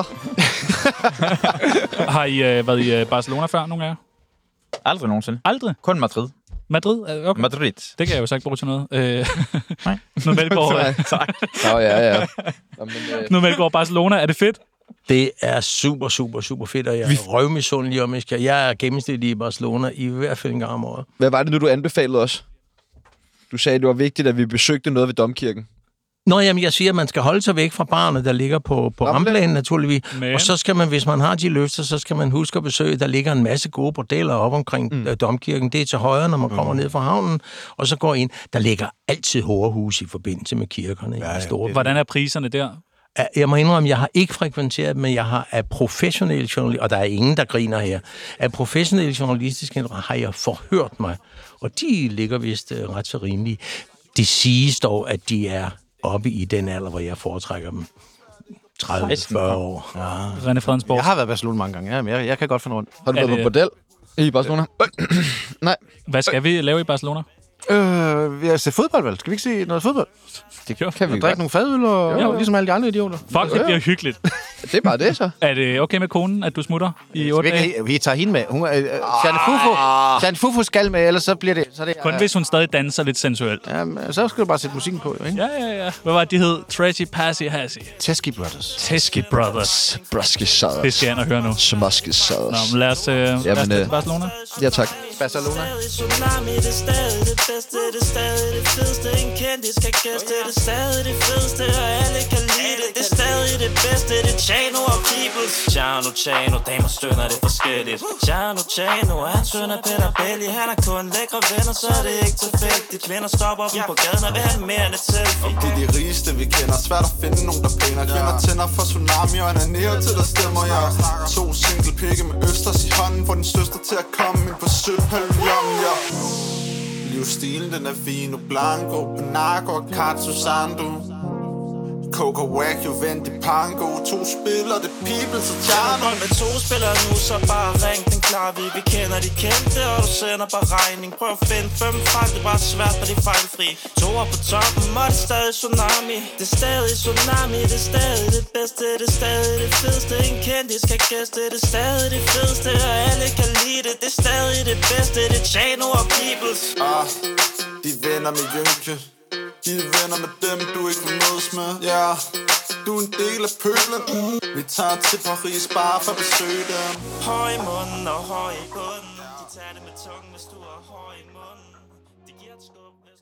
Har I været i Barcelona før, nogle af jer? Aldrig nogensinde. Aldrig? Kun Madrid. Madrid? Okay. Madrid. Det kan jeg jo så ikke bruge til noget. Nej. Knud Melgaard. Tak. Nå, ja. Knud Melgaard, Barcelona. Er det fedt? Det er super, super, super fedt, og jeg er røvmisundelig om, jeg er gennemsnitlig i Barcelona i hvert fald en gang om året. Hvad var det nu, du anbefalede os? Du sagde, det var vigtigt, at vi besøgte noget ved Domkirken. Nå, jamen, jeg siger, at man skal holde sig væk fra barerne, der ligger på Ramplanen, naturligvis. Men. Og så skal man, hvis man har de løfter, så skal man huske at besøge, der ligger en masse gode bordeller op omkring Domkirken. Det er til højre, når man kommer ned fra havnen, og så går ind. Der ligger altid hårhus i forbindelse med kirkerne. Ja, store. Hvordan er priserne der? Jeg må indrømme, jeg har ikke frekventeret, men jeg har af professionelle journalister, og der er ingen, der griner her, af professionelle journalistiske har jeg forhørt mig, og de ligger vist ret så rimelige. Det siges dog, at de er oppe i den alder, hvor jeg foretrækker dem. 30-40 år. Ja. René Fredensborg. Jeg har været i Barcelona mange gange. Ja, jeg kan godt finde rundt. Har du været på bordel i Barcelona? Nej. Hvad skal vi lave i Barcelona? Vi har set fodbold, vel? Skal vi ikke se noget fodbold? Det kan vi drikke nogle fadøl, og ligesom alle de andre idioter. Fuck, det bliver hyggeligt. Det er bare det, så. Er det okay med konen, at du smutter i 8 dage? Vi tager hende med. Jeanne Fufu skal med, ellers så bliver det... Så det kun hvis hun stadig danser lidt sensuelt. Jamen, så skal du bare sætte musikken på, jo, ikke? Ja. Hvad var det, de hed? Trashy, Passy, Hassy. Teski Brothers. Teski Brothers. Bruske Saders. Det skal jeg ind og høre nu. Smaske Saders. Nå, men lad os til Barcelona. Ja, tak. Barcelona. Det er stadig det bedste, det er stadig det fedeste. En kendis skal gæste, det er stadig det fedeste, og alle kan lide det. Det er stadig det bedste, det er Chano og Peoples. Chano, damer stønner det forskelligt. Chano, han sønner Peter Belli. Han er kun lækre venner, så er det ikke tilfældigt. Kvinder stopper dem på gaden og vil have mere end et selfie. Det er de rigeste, vi kender. Svært at finde nogen, der pæner. Kvinder tænder for tsunami og ananerer til, der stemmer jeg. 2 single pikke med østers i hånden. Får den søster til at komme ind på Søpavillon, ja. Livsstilen, den er vino blanco, Panago og Katsu Sandu. Coca Wack, Juventi Pango. 2 spiller, det Peoples og Chano. Med 2 spillere nu, så bare ring den klar. Vi kender de kendte, og du sender bare regning. Prøv at finde 5 fejl, det er bare svært, når de er fejlfri. 2 på toppen, og det er stadig tsunami. Det er stadig tsunami, det er stadig det bedste. Det er stadig det fedeste, en kendis kan gæste. Det er stadig det fedeste, og alle kan lide det. Det er stadig det bedste, det er Chano og Peoples. De venner med Jynke. De er venner med dem, du ikke vil mødes med. Ja, du er en del af pøblen. Vi tager til Paris bare for at besøge dem. Høj i munden og høj i bunden. De tager det med tungen, hvis du er høj i munden. Det giver et skub.